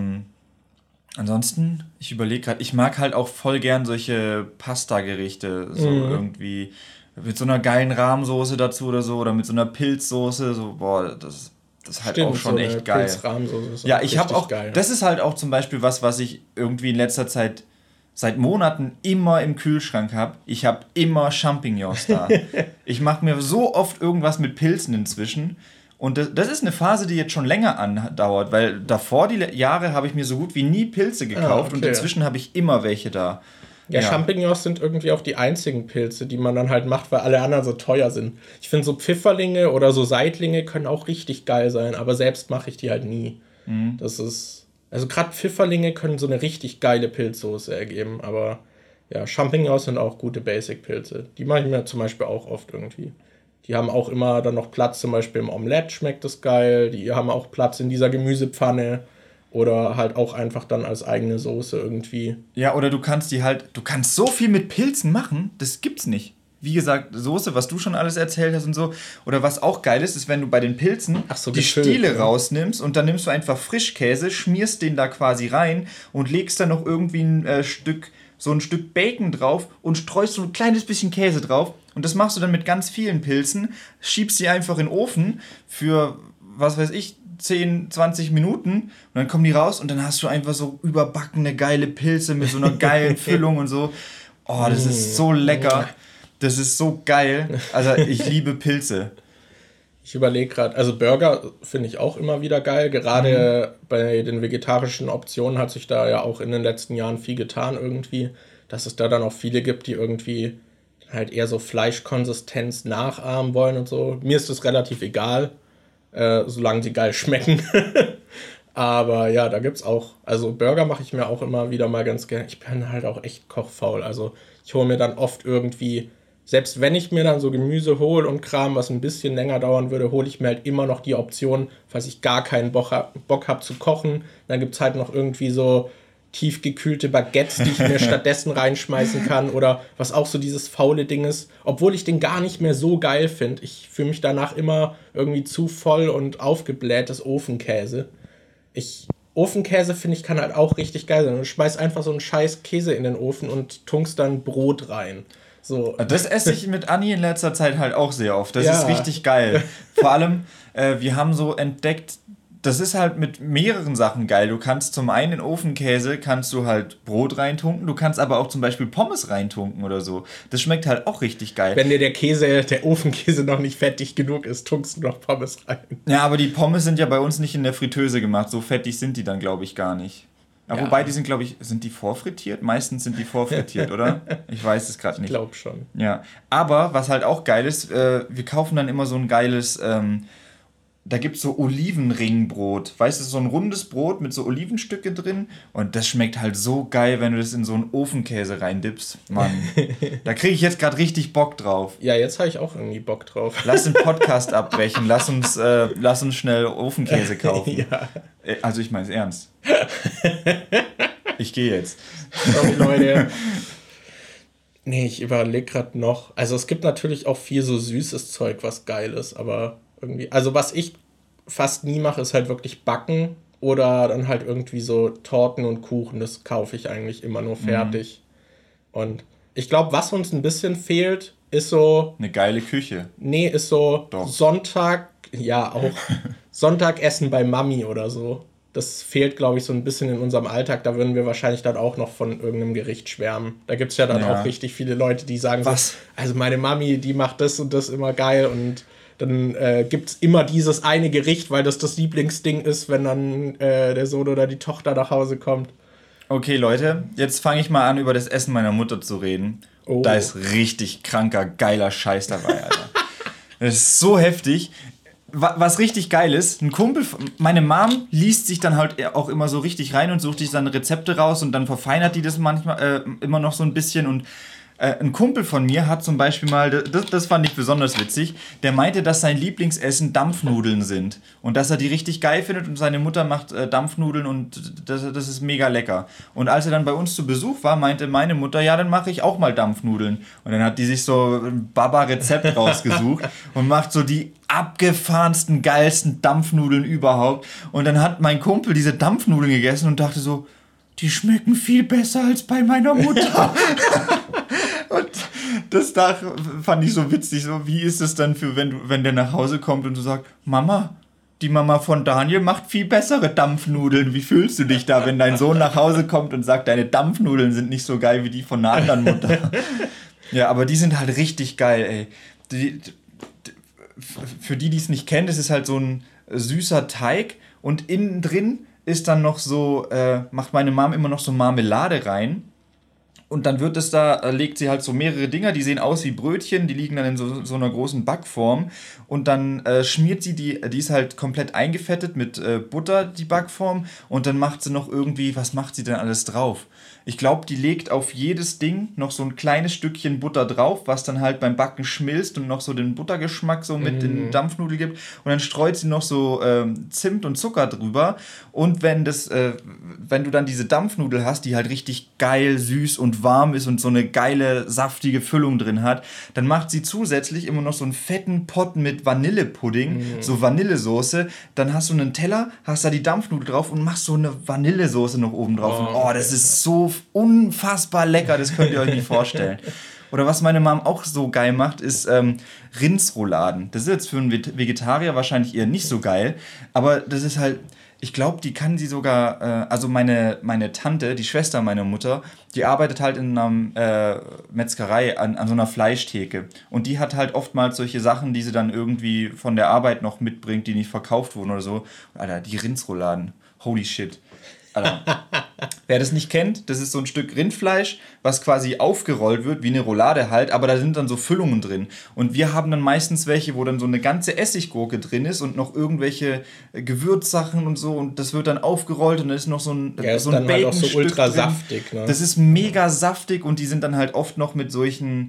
ansonsten, ich überlege gerade, ich mag halt auch voll gern solche Pasta-Gerichte, so irgendwie mit so einer geilen Rahmsoße dazu oder so, oder mit so einer Pilzsoße, so, boah, das ist halt auch schon so echt geil. Pilzrahmsoße ist ja, ich habe auch, geil. das ist halt auch zum Beispiel was ich irgendwie in letzter Zeit seit Monaten immer im Kühlschrank habe. Ich habe immer Champignons da. Ich mache mir so oft irgendwas mit Pilzen inzwischen. Und das ist eine Phase, die jetzt schon länger andauert, weil davor die Jahre habe ich mir so gut wie nie Pilze gekauft und inzwischen habe ich immer welche da. Ja, Champignons sind irgendwie auch die einzigen Pilze, die man dann halt macht, weil alle anderen so teuer sind. Ich finde so Pfifferlinge oder so Seitlinge können auch richtig geil sein, aber selbst mache ich die halt nie. Das ist... Also gerade Pfifferlinge können so eine richtig geile Pilzsoße ergeben, aber ja, Champignons sind auch gute Basic-Pilze. Die mache ich mir zum Beispiel auch oft irgendwie. Die haben auch immer dann noch Platz, zum Beispiel im Omelette schmeckt das geil. Die haben auch Platz in dieser Gemüsepfanne oder halt auch einfach dann als eigene Soße irgendwie. Ja, oder du kannst so viel mit Pilzen machen, das gibt's nicht. Wie gesagt, Soße, was du schon alles erzählt hast und so. Oder was auch geil ist, wenn du bei den Pilzen die Stiele rausnimmst und dann nimmst du einfach Frischkäse, schmierst den da quasi rein und legst dann noch irgendwie ein Stück Bacon drauf und streust so ein kleines bisschen Käse drauf. Und das machst du dann mit ganz vielen Pilzen, schiebst die einfach in den Ofen für, was weiß ich, 10, 20 Minuten und dann kommen die raus und dann hast du einfach so überbackene geile Pilze mit so einer geilen Füllung und so. Oh, das ist so lecker. Das ist so geil. Also ich liebe Pilze. Ich überlege gerade, also Burger finde ich auch immer wieder geil. Gerade bei den vegetarischen Optionen hat sich da ja auch in den letzten Jahren viel getan irgendwie. Dass es da dann auch viele gibt, die irgendwie halt eher so Fleischkonsistenz nachahmen wollen und so. Mir ist das relativ egal, solange sie geil schmecken. Aber ja, da gibt's auch, also Burger mache ich mir auch immer wieder mal ganz gerne. Ich bin halt auch echt kochfaul. Also ich hole mir dann oft irgendwie, selbst wenn ich mir dann so Gemüse hole und Kram, was ein bisschen länger dauern würde, hole ich mir halt immer noch die Option, falls ich gar keinen Bock habe zu kochen. Dann gibt's halt noch irgendwie so tiefgekühlte Baguettes, die ich mir stattdessen reinschmeißen kann. Oder was auch so dieses faule Ding ist, obwohl ich den gar nicht mehr so geil finde. Ich fühle mich danach immer irgendwie zu voll und aufgeblähtes Ofenkäse. Ofenkäse, finde ich, kann halt auch richtig geil sein. Du schmeißt einfach so einen scheiß Käse in den Ofen und tunkst dann Brot rein. So. Das esse ich mit Anni in letzter Zeit halt auch sehr oft. Das ist richtig geil. Vor allem, wir haben so entdeckt, das ist halt mit mehreren Sachen geil. Du kannst zum einen in Ofenkäse, kannst du halt Brot reintunken, du kannst aber auch zum Beispiel Pommes reintunken oder so. Das schmeckt halt auch richtig geil. Wenn dir der Ofenkäse noch nicht fettig genug ist, tunkst du noch Pommes rein. Ja, aber die Pommes sind ja bei uns nicht in der Fritteuse gemacht. So fettig sind die dann, glaube ich, gar nicht. Ja. Wobei, die sind, glaube ich, sind die vorfrittiert? Meistens sind die vorfrittiert, oder? Ich weiß es gerade nicht. Ich glaube schon. Ja, aber was halt auch geil ist, wir kaufen dann immer so ein geiles... da gibt es so Olivenringbrot. Weißt du, so ein rundes Brot mit so Olivenstücke drin. Und das schmeckt halt so geil, wenn du das in so einen Ofenkäse reindippst. Mann, da kriege ich jetzt gerade richtig Bock drauf. Ja, jetzt habe ich auch irgendwie Bock drauf. Lass den Podcast abbrechen. Lass uns schnell Ofenkäse kaufen. Ja. Also ich meine es ernst. Ich gehe jetzt. Sorry, Leute. Nee, ich überlege gerade noch. Also es gibt natürlich auch viel so süßes Zeug, was geil ist, aber... irgendwie. Also was ich fast nie mache, ist halt wirklich backen oder dann halt irgendwie so Torten und Kuchen. Das kaufe ich eigentlich immer nur fertig. Und ich glaube, was uns ein bisschen fehlt, ist so... eine geile Küche. Nee, ist so Doch. Sonntag, ja auch, Sonntagessen bei Mami oder so. Das fehlt, glaube ich, so ein bisschen in unserem Alltag. Da würden wir wahrscheinlich dann auch noch von irgendeinem Gericht schwärmen. Da gibt es ja dann auch richtig viele Leute, die sagen, was? So, also meine Mami, die macht das und das immer geil und dann gibt es immer dieses eine Gericht, weil das Lieblingsding ist, wenn dann der Sohn oder die Tochter nach Hause kommt. Okay, Leute, jetzt fange ich mal an, über das Essen meiner Mutter zu reden. Oh. Da ist richtig kranker, geiler Scheiß dabei, Alter. Das ist so heftig. Was richtig geil ist, meine Mom liest sich dann halt auch immer so richtig rein und sucht sich dann Rezepte raus und dann verfeinert die das manchmal immer noch so ein bisschen und Ein Kumpel von mir hat zum Beispiel mal, das fand ich besonders witzig, der meinte, dass sein Lieblingsessen Dampfnudeln sind und dass er die richtig geil findet und seine Mutter macht Dampfnudeln und das ist mega lecker. Und als er dann bei uns zu Besuch war, meinte meine Mutter, ja, dann mache ich auch mal Dampfnudeln. Und dann hat die sich so ein Baba-Rezept rausgesucht und macht so die abgefahrensten, geilsten Dampfnudeln überhaupt. Und dann hat mein Kumpel diese Dampfnudeln gegessen und dachte so, die schmecken viel besser als bei meiner Mutter. Und das da fand ich so witzig. So, wie ist es dann wenn der nach Hause kommt und du sagst, Mama, die Mama von Daniel macht viel bessere Dampfnudeln. Wie fühlst du dich da, wenn dein Sohn nach Hause kommt und sagt, deine Dampfnudeln sind nicht so geil wie die von einer anderen Mutter? Ja, aber die sind halt richtig geil, ey. Für die es nicht kennen, das ist halt so ein süßer Teig und innen drin ist dann noch so, macht meine Mom immer noch so Marmelade rein. Und dann wird es legt sie halt so mehrere Dinger, die sehen aus wie Brötchen, die liegen dann in so einer großen Backform. Und dann schmiert sie die ist halt komplett eingefettet mit Butter, die Backform. Und dann macht sie noch irgendwie, was macht sie denn alles drauf? Ich glaube, die legt auf jedes Ding noch so ein kleines Stückchen Butter drauf, was dann halt beim Backen schmilzt und noch so den Buttergeschmack so mit in den Dampfnudel gibt. Und dann streut sie noch so Zimt und Zucker drüber. Und wenn du dann diese Dampfnudel hast, die halt richtig geil, süß und warm ist und so eine geile, saftige Füllung drin hat, dann macht sie zusätzlich immer noch so einen fetten Pott mit Vanillepudding, so Vanillesoße. Dann hast du einen Teller, hast da die Dampfnudel drauf und machst so eine Vanillesoße noch oben drauf. Und, das ist so unfassbar lecker, das könnt ihr euch nicht vorstellen. Oder was meine Mom auch so geil macht, ist Rindsrouladen. Das ist jetzt für einen Vegetarier wahrscheinlich eher nicht so geil, aber das ist halt, ich glaube, die kann sie sogar, also meine Tante, die Schwester meiner Mutter, die arbeitet halt in einer Metzgerei an so einer Fleischtheke. Und die hat halt oftmals solche Sachen, die sie dann irgendwie von der Arbeit noch mitbringt, die nicht verkauft wurden oder so. Alter, die Rindsrouladen, holy shit. Alter. Wer das nicht kennt, das ist so ein Stück Rindfleisch, was quasi aufgerollt wird, wie eine Roulade halt, aber da sind dann so Füllungen drin. Und wir haben dann meistens welche, wo dann so eine ganze Essiggurke drin ist und noch irgendwelche Gewürzsachen und so und das wird dann aufgerollt und da ist noch so ein so ein Bacon-Stück halt so ultra drin. saftig, ne? Das ist mega saftig und die sind dann halt oft noch mit solchen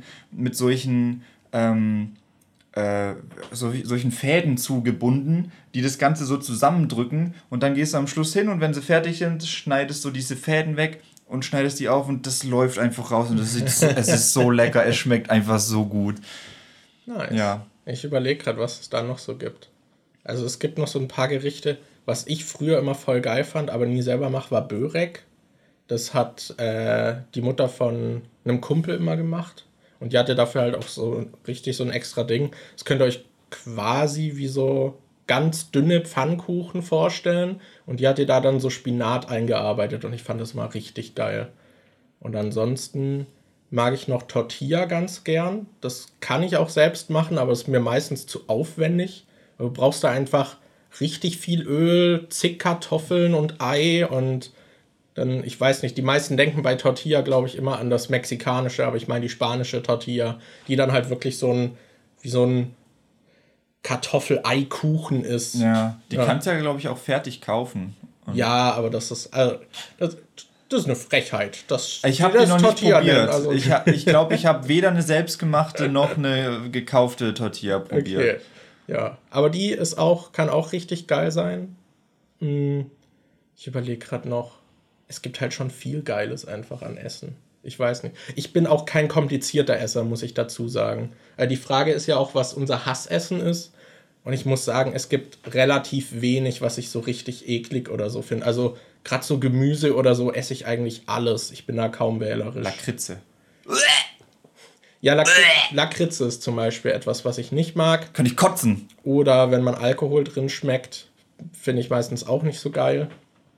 solchen Fäden zugebunden, die das Ganze so zusammendrücken und dann gehst du am Schluss hin und wenn sie fertig sind, schneidest du diese Fäden weg und schneidest die auf und das läuft einfach raus und es ist so lecker, es schmeckt einfach so gut. Nice. Ja. Ich überlege gerade, was es da noch so gibt. Also es gibt noch so ein paar Gerichte, was ich früher immer voll geil fand, aber nie selber mache, war Börek. Das hat die Mutter von einem Kumpel immer gemacht. Und die hatte dafür halt auch so richtig so ein extra Ding. Das könnt ihr euch quasi wie so ganz dünne Pfannkuchen vorstellen. Und die hat ihr da dann so Spinat eingearbeitet. Und ich fand das mal richtig geil. Und ansonsten mag ich noch Tortilla ganz gern. Das kann ich auch selbst machen, aber es ist mir meistens zu aufwendig. Du brauchst da einfach richtig viel Öl, zig Kartoffeln und Ei und dann, ich weiß nicht, die meisten denken bei Tortilla, glaube ich, immer an das mexikanische, aber ich meine die spanische Tortilla, die dann halt wirklich wie so ein Kartoffel-Ei-Kuchen ist. Ja, die kannst du ja, glaube ich, auch fertig kaufen. Ja, aber das ist eine Frechheit. Ich habe die noch nicht probiert. Also. Ich glaube, ich habe weder eine selbstgemachte noch eine gekaufte Tortilla probiert. Okay. Ja, aber die kann auch richtig geil sein. Ich überlege gerade noch. Es gibt halt schon viel Geiles einfach an Essen. Ich weiß nicht. Ich bin auch kein komplizierter Esser, muss ich dazu sagen. Die Frage ist ja auch, was unser Hassessen ist. Und ich muss sagen, es gibt relativ wenig, was ich so richtig eklig oder so finde. Also gerade so Gemüse oder so esse ich eigentlich alles. Ich bin da kaum wählerisch. Lakritze. Ja, Lakritze ist zum Beispiel etwas, was ich nicht mag. Kann ich kotzen. Oder wenn man Alkohol drin schmeckt, finde ich meistens auch nicht so geil.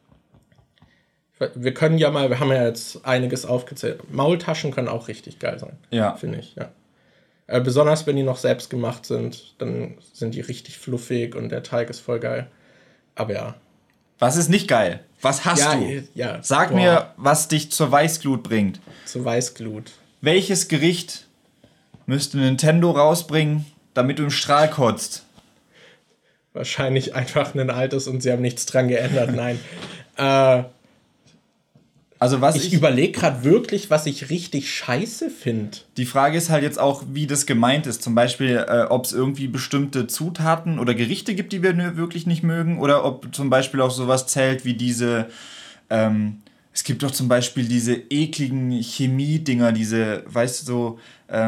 Wir haben ja jetzt einiges aufgezählt. Maultaschen können auch richtig geil sein. Ja. Finde ich, ja. Besonders wenn die noch selbst gemacht sind, dann sind die richtig fluffig und der Teig ist voll geil. Aber ja. Was ist nicht geil? Was hast du? Ja, Sag mir, was dich zur Weißglut bringt. Zur Weißglut. Welches Gericht müsste Nintendo rausbringen, damit du im Strahl kotzt? Wahrscheinlich einfach ein altes und sie haben nichts dran geändert. Nein. Also ich überlege gerade wirklich, was ich richtig scheiße finde. Die Frage ist halt jetzt auch, wie das gemeint ist. Zum Beispiel, ob es irgendwie bestimmte Zutaten oder Gerichte gibt, die wir wirklich nicht mögen. Oder ob zum Beispiel auch sowas zählt wie diese... es gibt doch zum Beispiel diese ekligen Chemie-Dinger, diese, weißt du, so...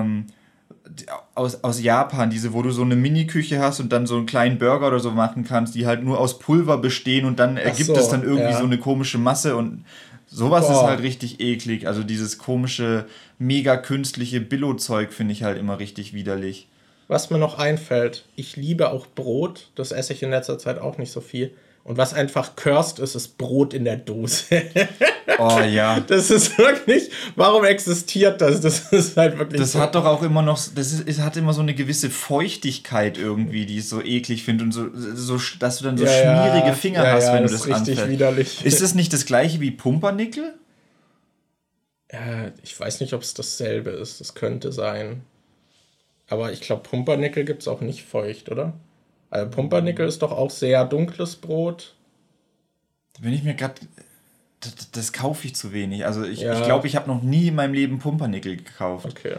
aus Japan, diese, wo du so eine Mini-Küche hast und dann so einen kleinen Burger oder so machen kannst, die halt nur aus Pulver bestehen und dann ergibt es dann irgendwie so eine komische Masse und sowas ist halt richtig eklig. Also dieses komische, mega künstliche Billo-Zeug finde ich halt immer richtig widerlich. Was mir noch einfällt, ich liebe auch Brot, das esse ich in letzter Zeit auch nicht so viel. Und was einfach cursed ist, ist Brot in der Dose. Oh ja. Das ist wirklich, warum existiert das? Das ist halt wirklich. Das hat doch auch immer noch, hat immer so eine gewisse Feuchtigkeit irgendwie, die ich so eklig finde und so, dass du dann so schmierige Finger hast, wenn du das anfasst. Richtig widerlich. Ist das nicht das gleiche wie Pumpernickel? Ich weiß nicht, ob es dasselbe ist. Das könnte sein. Aber ich glaube, Pumpernickel gibt es auch nicht feucht, oder? Also Pumpernickel ist doch auch sehr dunkles Brot. Da bin ich mir gerade... Das kaufe ich zu wenig. Also ich glaube, ich habe noch nie in meinem Leben Pumpernickel gekauft. Okay.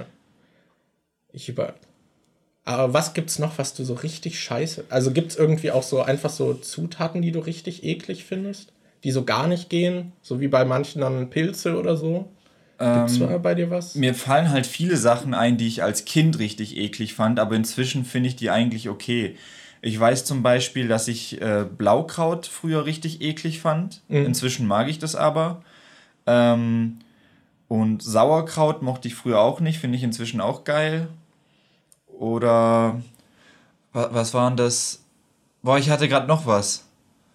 Aber was gibt's noch, was du so richtig scheiße... Also gibt's irgendwie auch so einfach so Zutaten, die du richtig eklig findest? Die so gar nicht gehen? So wie bei manchen dann Pilze oder so? Gibt's da bei dir was? Mir fallen halt viele Sachen ein, die ich als Kind richtig eklig fand, aber inzwischen finde ich die eigentlich okay. Ich weiß zum Beispiel, dass ich Blaukraut früher richtig eklig fand. Inzwischen mag ich das aber. Und Sauerkraut mochte ich früher auch nicht, finde ich inzwischen auch geil. Oder was war denn das? Boah, ich hatte gerade noch was.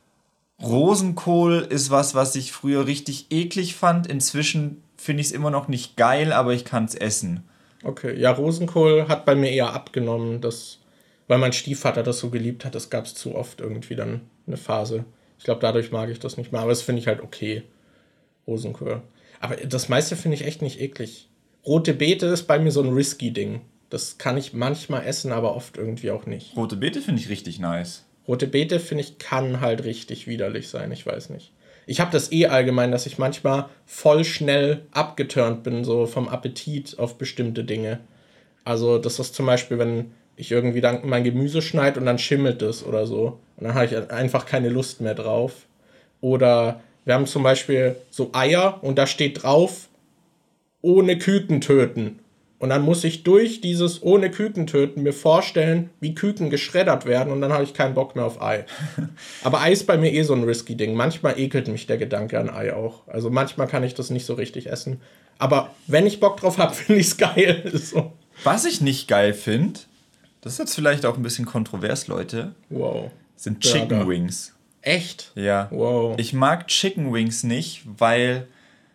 Rosenkohl ist was ich früher richtig eklig fand. Inzwischen finde ich es immer noch nicht geil, aber ich kann es essen. Okay, ja, Rosenkohl hat bei mir eher abgenommen, weil mein Stiefvater das so geliebt hat. Das gab es zu oft irgendwie dann eine Phase. Ich glaube, dadurch mag ich das nicht mehr, aber das finde ich halt okay. Rosenkohl. Aber das meiste finde ich echt nicht eklig. Rote Beete ist bei mir so ein risky Ding. Das kann ich manchmal essen, aber oft irgendwie auch nicht. Rote Beete finde ich richtig nice. Rote Beete, finde ich, kann halt richtig widerlich sein. Ich weiß nicht. Ich habe das allgemein, dass ich manchmal voll schnell abgeturnt bin, so vom Appetit auf bestimmte Dinge. Also das ist zum Beispiel, wenn ich irgendwie dann mein Gemüse schneide und dann schimmelt es oder so. Und dann habe ich einfach keine Lust mehr drauf. Oder wir haben zum Beispiel so Eier und da steht drauf, ohne Küken töten. Und dann muss ich durch dieses ohne Küken töten mir vorstellen, wie Küken geschreddert werden und dann habe ich keinen Bock mehr auf Ei. Aber Ei ist bei mir so ein risky Ding. Manchmal ekelt mich der Gedanke an Ei auch. Also manchmal kann ich das nicht so richtig essen. Aber wenn ich Bock drauf habe, finde ich es geil. So. Was ich nicht geil finde, das ist jetzt vielleicht auch ein bisschen kontrovers, Leute, sind Chicken Wings. Echt? Ja. Wow. Ich mag Chicken Wings nicht, weil...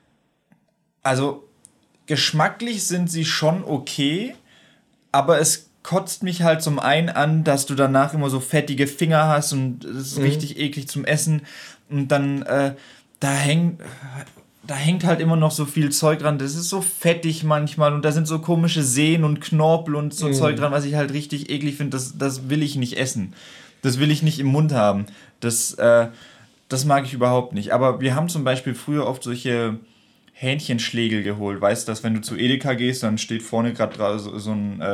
Also... Geschmacklich sind sie schon okay, aber es kotzt mich halt zum einen an, dass du danach immer so fettige Finger hast und es ist richtig eklig zum Essen. Und dann da hängt halt immer noch so viel Zeug dran. Das ist so fettig manchmal und da sind so komische Sehnen und Knorpel und so Zeug dran, was ich halt richtig eklig finde. Das will ich nicht essen. Das will ich nicht im Mund haben. Das mag ich überhaupt nicht. Aber wir haben zum Beispiel früher oft solche Hähnchenschlägel geholt. Weißt du, dass wenn du zu Edeka gehst, dann steht vorne gerade so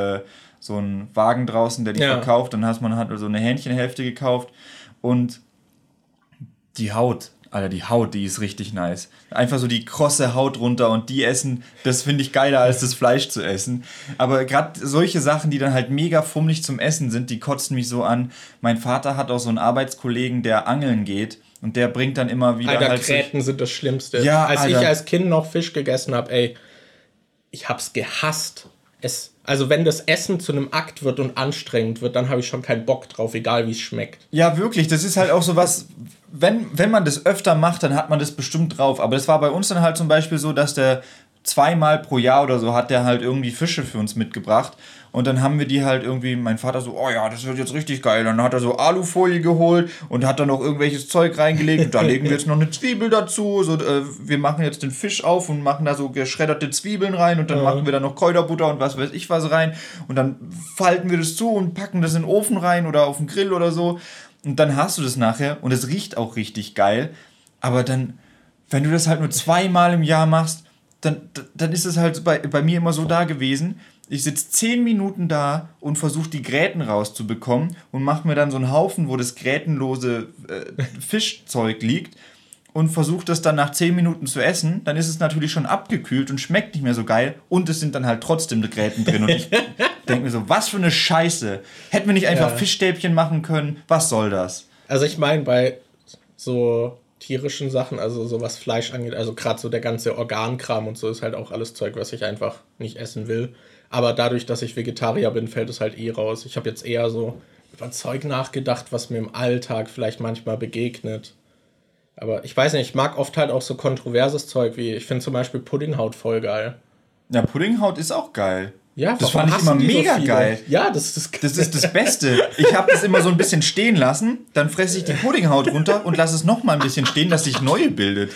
ein Wagen draußen, der die verkauft. Dann hat man halt so eine Hähnchenhälfte gekauft. Und die Haut, die ist richtig nice. Einfach so die krosse Haut runter und die essen, das finde ich geiler, als das Fleisch zu essen. Aber gerade solche Sachen, die dann halt mega fummelig zum Essen sind, die kotzen mich so an. Mein Vater hat auch so einen Arbeitskollegen, der angeln geht. Und der bringt dann immer wieder Alter, Gräten sind das Schlimmste. Ja, als ich als Kind noch Fisch gegessen habe, ich hab's gehasst. Also wenn das Essen zu einem Akt wird und anstrengend wird, dann habe ich schon keinen Bock drauf, egal wie es schmeckt. Ja, wirklich. Das ist halt auch so was, wenn man das öfter macht, dann hat man das bestimmt drauf. Aber das war bei uns dann halt zum Beispiel so, dass der 2-mal pro Jahr oder so hat der halt irgendwie Fische für uns mitgebracht. Und dann haben wir die halt irgendwie, mein Vater so, oh ja, das wird jetzt richtig geil. Dann hat er so Alufolie geholt und hat dann noch irgendwelches Zeug reingelegt. Und da legen wir jetzt noch eine Zwiebel dazu. So, wir machen jetzt den Fisch auf und machen da so geschredderte Zwiebeln rein. Und dann machen wir da noch Kräuterbutter und was weiß ich was rein. Und dann falten wir das zu und packen das in den Ofen rein oder auf den Grill oder so. Und dann hast du das nachher und es riecht auch richtig geil. Aber dann wenn du das halt nur 2-mal im Jahr machst, dann ist es halt bei mir immer so da gewesen. Ich sitze 10 Minuten da und versuche die Gräten rauszubekommen und mache mir dann so einen Haufen, wo das grätenlose Fischzeug liegt und versuche das dann nach 10 Minuten zu essen. Dann ist es natürlich schon abgekühlt und schmeckt nicht mehr so geil und es sind dann halt trotzdem die Gräten drin. Und ich denke mir so, was für eine Scheiße. Hätten wir nicht einfach Fischstäbchen machen können? Was soll das? Also ich meine, bei so tierischen Sachen, also so was Fleisch angeht, also gerade so der ganze Organkram und so ist halt auch alles Zeug, was ich einfach nicht essen will. Aber dadurch, dass ich Vegetarier bin, fällt es halt raus. Ich habe jetzt eher so über Zeug nachgedacht, was mir im Alltag vielleicht manchmal begegnet. Aber ich weiß nicht, ich mag oft halt auch so kontroverses Zeug, wie ich finde zum Beispiel Puddinghaut voll geil. Ja, Puddinghaut ist auch geil. Ja, das fand ich immer mega geil. Ja, das ist das Beste. Ich habe das immer so ein bisschen stehen lassen, dann fresse ich die Puddinghaut runter und lasse es noch mal ein bisschen stehen, dass sich neue bildet.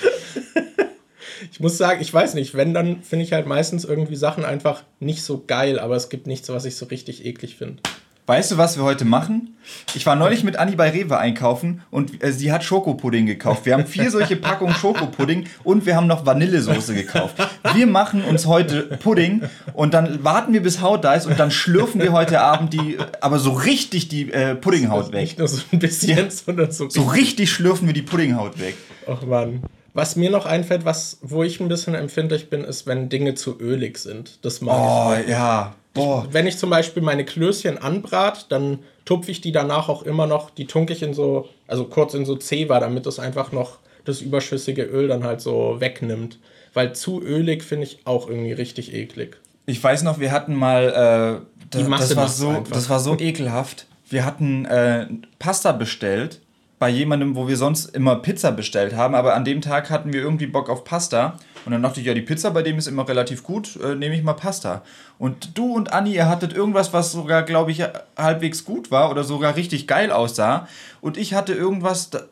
Ich muss sagen, ich weiß nicht, wenn, dann finde ich halt meistens irgendwie Sachen einfach nicht so geil, aber es gibt nichts, was ich so richtig eklig finde. Weißt du, was wir heute machen? Ich war neulich mit Anni bei Rewe einkaufen und sie hat Schokopudding gekauft. Wir haben 4 solche Packungen Schokopudding und wir haben noch Vanillesoße gekauft. Wir machen uns heute Pudding und dann warten wir bis Haut da ist und dann schlürfen wir heute Abend aber so richtig die Puddinghaut weg. Nicht nur so ein bisschen, sondern so richtig. So richtig schlürfen wir die Puddinghaut weg. Ach Mann. Was mir noch einfällt, wo ich ein bisschen empfindlich bin, ist, wenn Dinge zu ölig sind. Das mag ich. Oh, ja. Wenn ich zum Beispiel meine Klößchen anbrate, dann tupfe ich die danach auch immer noch, die tunke ich kurz in so Zewa, damit das einfach noch das überschüssige Öl dann halt so wegnimmt. Weil zu ölig finde ich auch irgendwie richtig eklig. Ich weiß noch, wir hatten mal, das war so ekelhaft. Wir hatten Pasta bestellt bei jemandem, wo wir sonst immer Pizza bestellt haben, aber an dem Tag hatten wir irgendwie Bock auf Pasta und dann dachte ich, ja, die Pizza bei dem ist immer relativ gut, nehme ich mal Pasta. Und du und Anni, ihr hattet irgendwas, was sogar, glaube ich, halbwegs gut war oder sogar richtig geil aussah und ich hatte irgendwas, da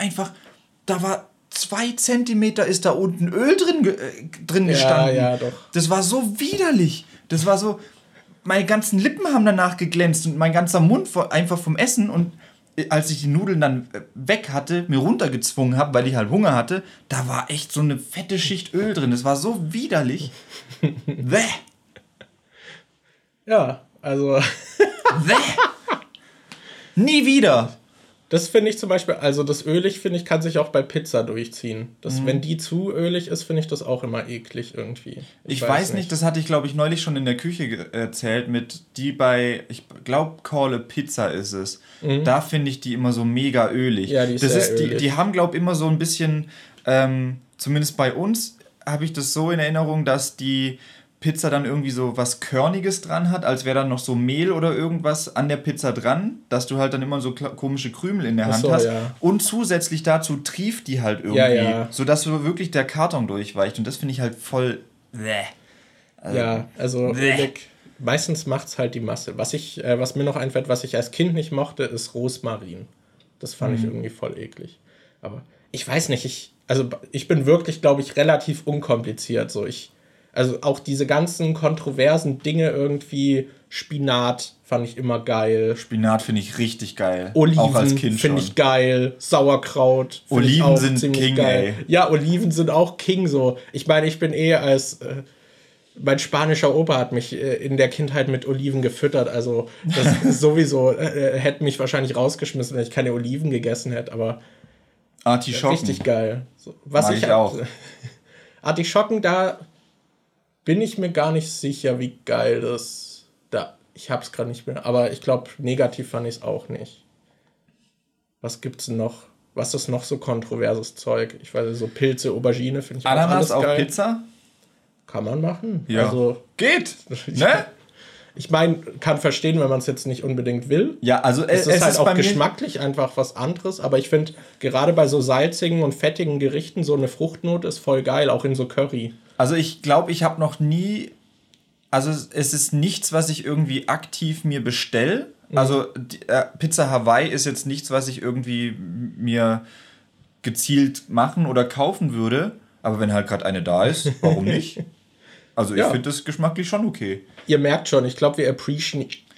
war 2 Zentimeter ist da unten Öl drin gestanden. Ja, doch. Das war so widerlich. Das war so, meine ganzen Lippen haben danach geglänzt und mein ganzer Mund einfach vom Essen und als ich die Nudeln dann weg hatte, mir runtergezwungen habe, weil ich halt Hunger hatte, da war echt so eine fette Schicht Öl drin. Das war so widerlich. Bäh. Ja, also... Bäh. Nie wieder. Das finde ich zum Beispiel, also das ölig, finde ich, kann sich auch bei Pizza durchziehen. Wenn die zu ölig ist, finde ich das auch immer eklig irgendwie. Ich weiß nicht, das hatte ich, glaube ich, neulich schon in der Küche erzählt, ich glaube, Call a Pizza ist es. Da finde ich die immer so mega ölig. Ja, die ist sehr ölig. Die haben, glaube ich, immer so ein bisschen, zumindest bei uns, habe ich das so in Erinnerung, dass die Pizza dann irgendwie so was Körniges dran hat, als wäre dann noch so Mehl oder irgendwas an der Pizza dran, dass du halt dann immer so komische Krümel in der Hand hast. Ja. Und zusätzlich dazu trieft die halt irgendwie, sodass so wirklich der Karton durchweicht. Und das finde ich halt voll... ölig. Meistens macht es halt die Masse. Was mir noch einfällt, was ich als Kind nicht mochte, ist Rosmarin. Das fand ich irgendwie voll eklig. Aber ich weiß nicht, ich bin wirklich, glaube ich, relativ unkompliziert. Also auch diese ganzen kontroversen Dinge irgendwie, Spinat fand ich immer geil. Spinat finde ich richtig geil. Oliven auch als Kind finde ich geil. Sauerkraut finde ich auch sind ziemlich King, geil. Ey. Ja, Oliven sind auch King so. Ich meine, ich bin mein spanischer Opa hat mich in der Kindheit mit Oliven gefüttert. Also das sowieso hätte mich wahrscheinlich rausgeschmissen, wenn ich keine Oliven gegessen hätte. Aber Artischocken. Richtig geil. So, mag ich auch. Artischocken, da bin ich mir gar nicht sicher, wie geil das da. Ich hab's gerade nicht mehr. Aber ich glaube, negativ fand ich es auch nicht. Was gibt's noch? Was ist noch so kontroverses Zeug? Ich weiß nicht, so Pilze, Aubergine finde ich Ananas auch alles geil. auf Pizza? Kann man machen. Ja. Also, geht. Ne? Ich meine, kann verstehen, wenn man es jetzt nicht unbedingt will. Ja, also es ist halt auch geschmacklich einfach was anderes. Aber ich finde, gerade bei so salzigen und fettigen Gerichten, so eine Fruchtnote ist voll geil, auch in so Curry. Also ich glaube, ich habe noch nie... Also es ist nichts, was ich irgendwie aktiv mir bestelle. Also Pizza Hawaii ist jetzt nichts, was ich irgendwie mir gezielt machen oder kaufen würde. Aber wenn halt gerade eine da ist, warum nicht? Also ich finde das geschmacklich schon okay. Ihr merkt schon, ich glaube, wir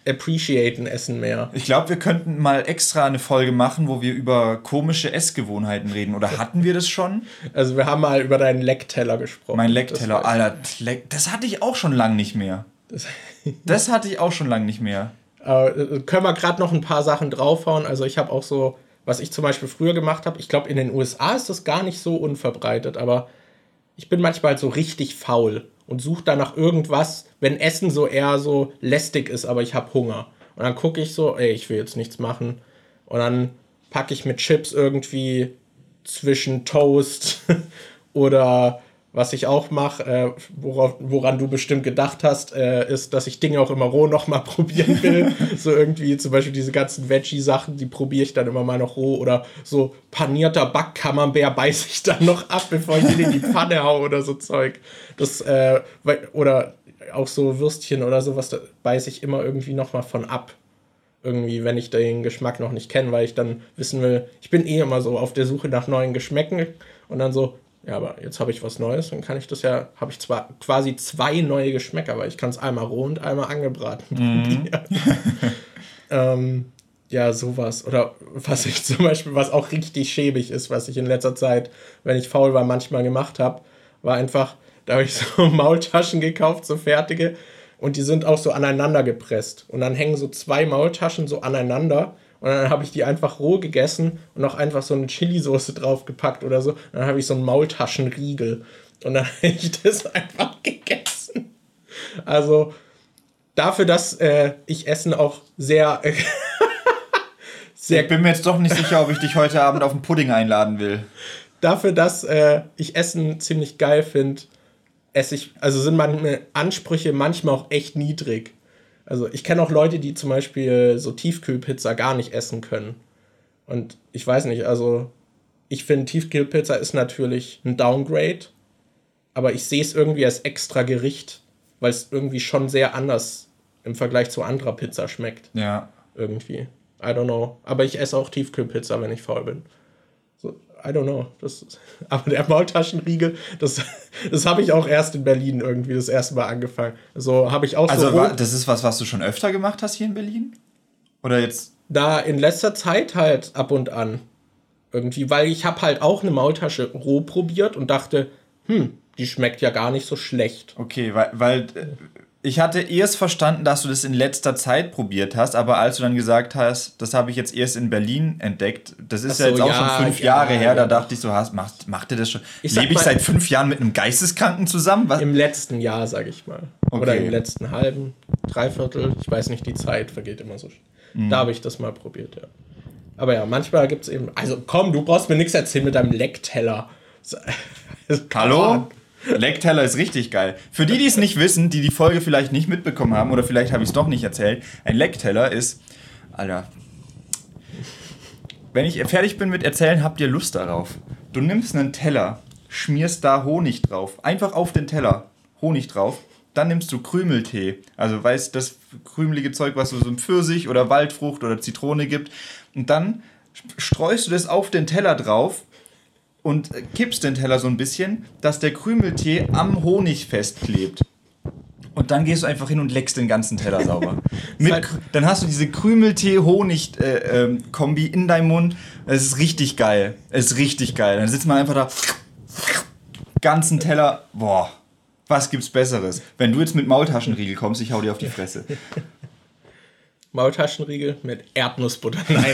appreciaten Essen mehr. Ich glaube, wir könnten mal extra eine Folge machen, wo wir über komische Essgewohnheiten reden. Oder hatten wir das schon? Also wir haben mal über deinen Leckteller gesprochen. Mein Leckteller, Alter, das hatte ich auch schon lang nicht mehr. Das hatte ich auch schon lang nicht mehr. Können wir gerade noch ein paar Sachen draufhauen. Also ich habe auch so, was ich zum Beispiel früher gemacht habe, ich glaube in den USA ist das gar nicht so unverbreitet, aber ich bin manchmal so richtig faul und suche dann nach irgendwas, wenn Essen so eher so lästig ist, aber ich habe Hunger. Und dann gucke ich so, ich will jetzt nichts machen. Und dann packe ich mit Chips irgendwie zwischen Toast oder was ich auch mache, woran du bestimmt gedacht hast, ist, dass ich Dinge auch immer roh noch mal probieren will. So irgendwie zum Beispiel diese ganzen Veggie-Sachen, die probiere ich dann immer mal noch roh. Oder so panierter Backcamembert beiße ich dann noch ab, bevor ich ihn in die Pfanne hau oder so Zeug. Oder auch so Würstchen oder sowas, da beiße ich immer irgendwie noch mal von ab. Irgendwie, wenn ich den Geschmack noch nicht kenne, weil ich dann wissen will, ich bin immer so auf der Suche nach neuen Geschmäcken und dann so, ja, aber jetzt habe ich was Neues, dann kann ich das ja, habe ich zwar quasi 2 neue Geschmäcker, weil ich kann es einmal roh und einmal angebraten probieren. Ja, sowas. Oder was ich zum Beispiel, was auch richtig schäbig ist, was ich in letzter Zeit, wenn ich faul war, manchmal gemacht habe, war einfach, da habe ich so Maultaschen gekauft, so fertige, und die sind auch so aneinander gepresst. Und dann hängen so 2 Maultaschen so aneinander. Und dann habe ich die einfach roh gegessen und noch einfach so eine Chili-Soße draufgepackt oder so. Und dann habe ich so einen Maultaschenriegel. Und dann habe ich das einfach gegessen. Also dafür, dass ich Essen auch sehr... Ich bin mir jetzt doch nicht sicher, ob ich dich heute Abend auf einen Pudding einladen will. Dafür, dass ich Essen ziemlich geil finde, sind meine Ansprüche manchmal auch echt niedrig. Also ich kenne auch Leute, die zum Beispiel so Tiefkühlpizza gar nicht essen können. Und ich weiß nicht, also ich finde, Tiefkühlpizza ist natürlich ein Downgrade, aber ich sehe es irgendwie als extra Gericht, weil es irgendwie schon sehr anders im Vergleich zu anderer Pizza schmeckt. Ja. Irgendwie. I don't know. Aber ich esse auch Tiefkühlpizza, wenn ich faul bin. So, I don't know. Aber der Maultaschenriegel, das habe ich auch erst in Berlin irgendwie das erste Mal angefangen. So habe ich auch also so... das ist was du schon öfter gemacht hast hier in Berlin? Oder jetzt? Da in letzter Zeit halt ab und an. Irgendwie, weil ich habe halt auch eine Maultasche roh probiert und dachte, die schmeckt ja gar nicht so schlecht. Okay, weil ich hatte erst verstanden, dass du das in letzter Zeit probiert hast, aber als du dann gesagt hast, das habe ich jetzt erst in Berlin entdeckt, das ist ja jetzt auch schon 5 Jahre her, da dachte ich so, macht ihr das schon? Lebe ich seit 5 Jahren mit einem Geisteskranken zusammen? Was? Im letzten Jahr, sag ich mal. Okay. Oder im letzten halben, Dreiviertel, ich weiß nicht, die Zeit vergeht immer so. Da habe ich das mal probiert, ja. Aber ja, manchmal gibt es eben, also komm, du brauchst mir nichts erzählen mit deinem Leckteller. Hallo? Leckteller ist richtig geil. Für die es nicht wissen, die Folge vielleicht nicht mitbekommen haben, oder vielleicht habe ich es doch nicht erzählt, ein Leckteller ist... Alter. Wenn ich fertig bin mit Erzählen, habt ihr Lust darauf. Du nimmst einen Teller, schmierst da Honig drauf. Einfach auf den Teller Honig drauf. Dann nimmst du Krümeltee. Also weißt das krümelige Zeug, was so ein Pfirsich oder Waldfrucht oder Zitrone gibt. Und dann streust du das auf den Teller drauf und kippst den Teller so ein bisschen, dass der Krümeltee am Honig festklebt. Und dann gehst du einfach hin und leckst den ganzen Teller sauber. Dann hast du diese Krümeltee-Honig-Kombi in deinem Mund. Es ist richtig geil. Es ist richtig geil. Dann sitzt man einfach da, ganzen Teller. Boah, was gibt's Besseres? Wenn du jetzt mit Maultaschenriegel kommst, ich hau dir auf die Fresse. Maultaschenriegel mit Erdnussbutter. Nein.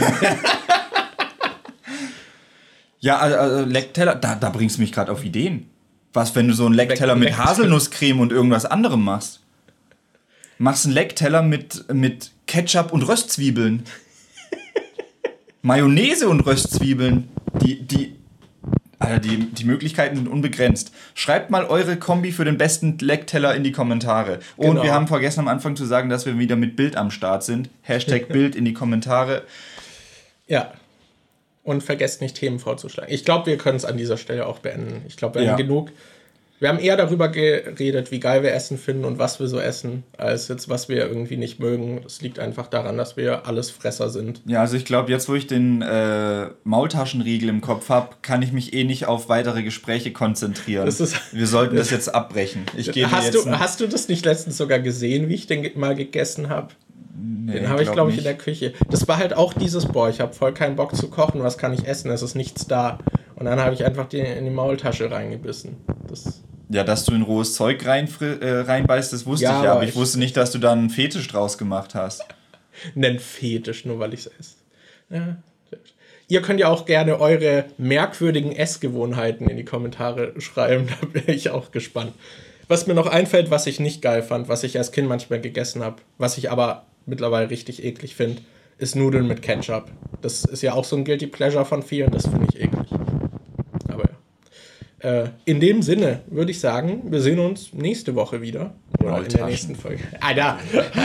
Ja, also Leckteller, da bringst du mich gerade auf Ideen. Was, wenn du so einen Leckteller mit Haselnusscreme und irgendwas anderem machst? Machst einen Leckteller mit Ketchup und Röstzwiebeln. Mayonnaise und Röstzwiebeln. Die Möglichkeiten sind unbegrenzt. Schreibt mal eure Kombi für den besten Leckteller in die Kommentare. Und wir haben vergessen am Anfang zu sagen, dass wir wieder mit Bild am Start sind. #Bild in die Kommentare. Ja. Und vergesst nicht, Themen vorzuschlagen. Ich glaube, wir können es an dieser Stelle auch beenden. Ich glaube, wir haben genug. Wir haben eher darüber geredet, wie geil wir Essen finden und was wir so essen, als jetzt, was wir irgendwie nicht mögen. Es liegt einfach daran, dass wir alles Fresser sind. Ja, also ich glaube, jetzt, wo ich den Maultaschenriegel im Kopf habe, kann ich mich nicht auf weitere Gespräche konzentrieren. Wir sollten das jetzt abbrechen. Hast du das nicht letztens sogar gesehen, wie ich den mal gegessen habe? Nee, Den habe ich, glaube ich, in nicht. der Küche. Das war halt auch dieses, ich habe voll keinen Bock zu kochen, was kann ich essen? Es ist nichts da. Und dann habe ich einfach in die Maultasche reingebissen. Ja, dass du in rohes Zeug reinbeißt, das wusste Ja, ich ja, aber aber ich wusste nicht, dass du da einen Fetisch draus gemacht hast. Nennt Fetisch, nur weil ich es esse. Ja. Ihr könnt ja auch gerne eure merkwürdigen Essgewohnheiten in die Kommentare schreiben, da wäre ich auch gespannt. Was mir noch einfällt, was ich nicht geil fand, was ich als Kind manchmal gegessen habe, was ich aber mittlerweile richtig eklig finde, ist Nudeln mit Ketchup. Das ist ja auch so ein Guilty Pleasure von vielen, das finde ich eklig. Aber ja. In dem Sinne würde ich sagen, wir sehen uns nächste Woche wieder. Oder in der nächsten Folge. Alter!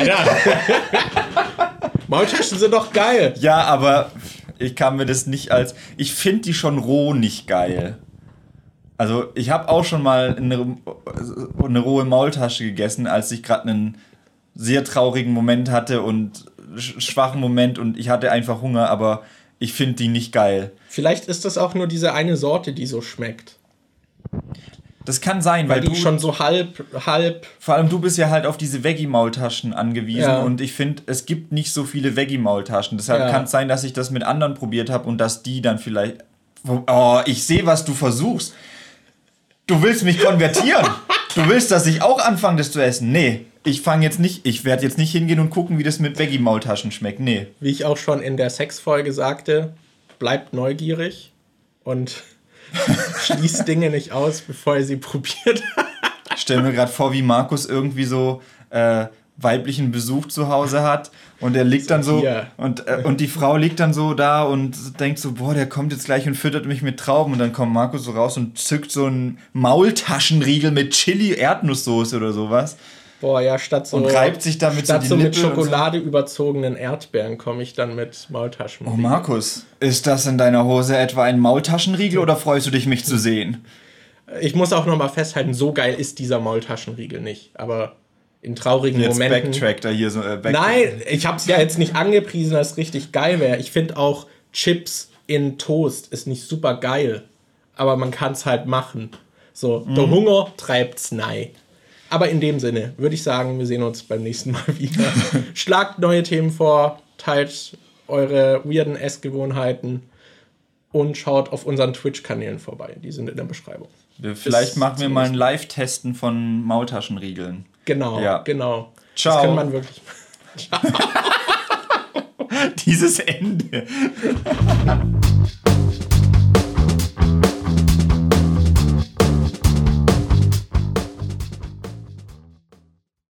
Maultaschen sind doch geil! Ja, aber ich kann mir das nicht ich finde die schon roh nicht geil. Also ich habe auch schon mal eine rohe Maultasche gegessen, als ich gerade einen sehr traurigen Moment hatte und schwachen Moment und ich hatte einfach Hunger, aber ich finde die nicht geil. Vielleicht ist das auch nur diese eine Sorte, die so schmeckt. Das kann sein, Weil weil die schon so halb. Vor allem du bist ja halt auf diese Veggie-Maultaschen angewiesen Ja. und ich finde, es gibt nicht so viele Veggie-Maultaschen. Deshalb kann es sein, dass ich das mit anderen probiert habe und dass die dann vielleicht... Oh, ich sehe, was du versuchst. Du willst mich konvertieren. Du willst, dass ich auch anfange, das zu essen. Nee, ich werde jetzt nicht hingehen und gucken, wie das mit Veggie-Maultaschen schmeckt. Nee. Wie ich auch schon in der Sexfolge sagte, bleibt neugierig und schließt Dinge nicht aus, bevor ihr sie probiert. Ich stelle mir gerade vor, wie Markus irgendwie so weiblichen Besuch zu Hause hat und er liegt dann so und die Frau liegt dann so da und denkt so, boah, der kommt jetzt gleich und füttert mich mit Trauben und dann kommt Markus so raus und zückt so einen Maultaschenriegel mit Chili-Erdnusssoße oder sowas. Boah, ja, statt so und reibt sich damit so die mit Lippe Schokolade überzogenen Erdbeeren komme ich dann mit Maultaschen. Oh Markus, ist das in deiner Hose etwa ein Maultaschenriegel oder freust du dich, mich zu sehen? Ich muss auch nochmal festhalten, so geil ist dieser Maultaschenriegel nicht, aber in traurigen Jetzt Momenten... backtrackt er hier so. Nein, ich habe es ja jetzt nicht angepriesen, dass es richtig geil wäre. Ich finde auch Chips in Toast ist nicht super geil, aber man kann es halt machen. So, der Hunger treibt's nein. Aber in dem Sinne würde ich sagen, wir sehen uns beim nächsten Mal wieder. Schlagt neue Themen vor, teilt eure weirden Essgewohnheiten und schaut auf unseren Twitch-Kanälen vorbei. Die sind in der Beschreibung. Vielleicht machen wir mal ein Live-Testen von Maultaschenriegeln. Genau, Ja. genau. Ciao. Das kann man wirklich... Dieses Ende.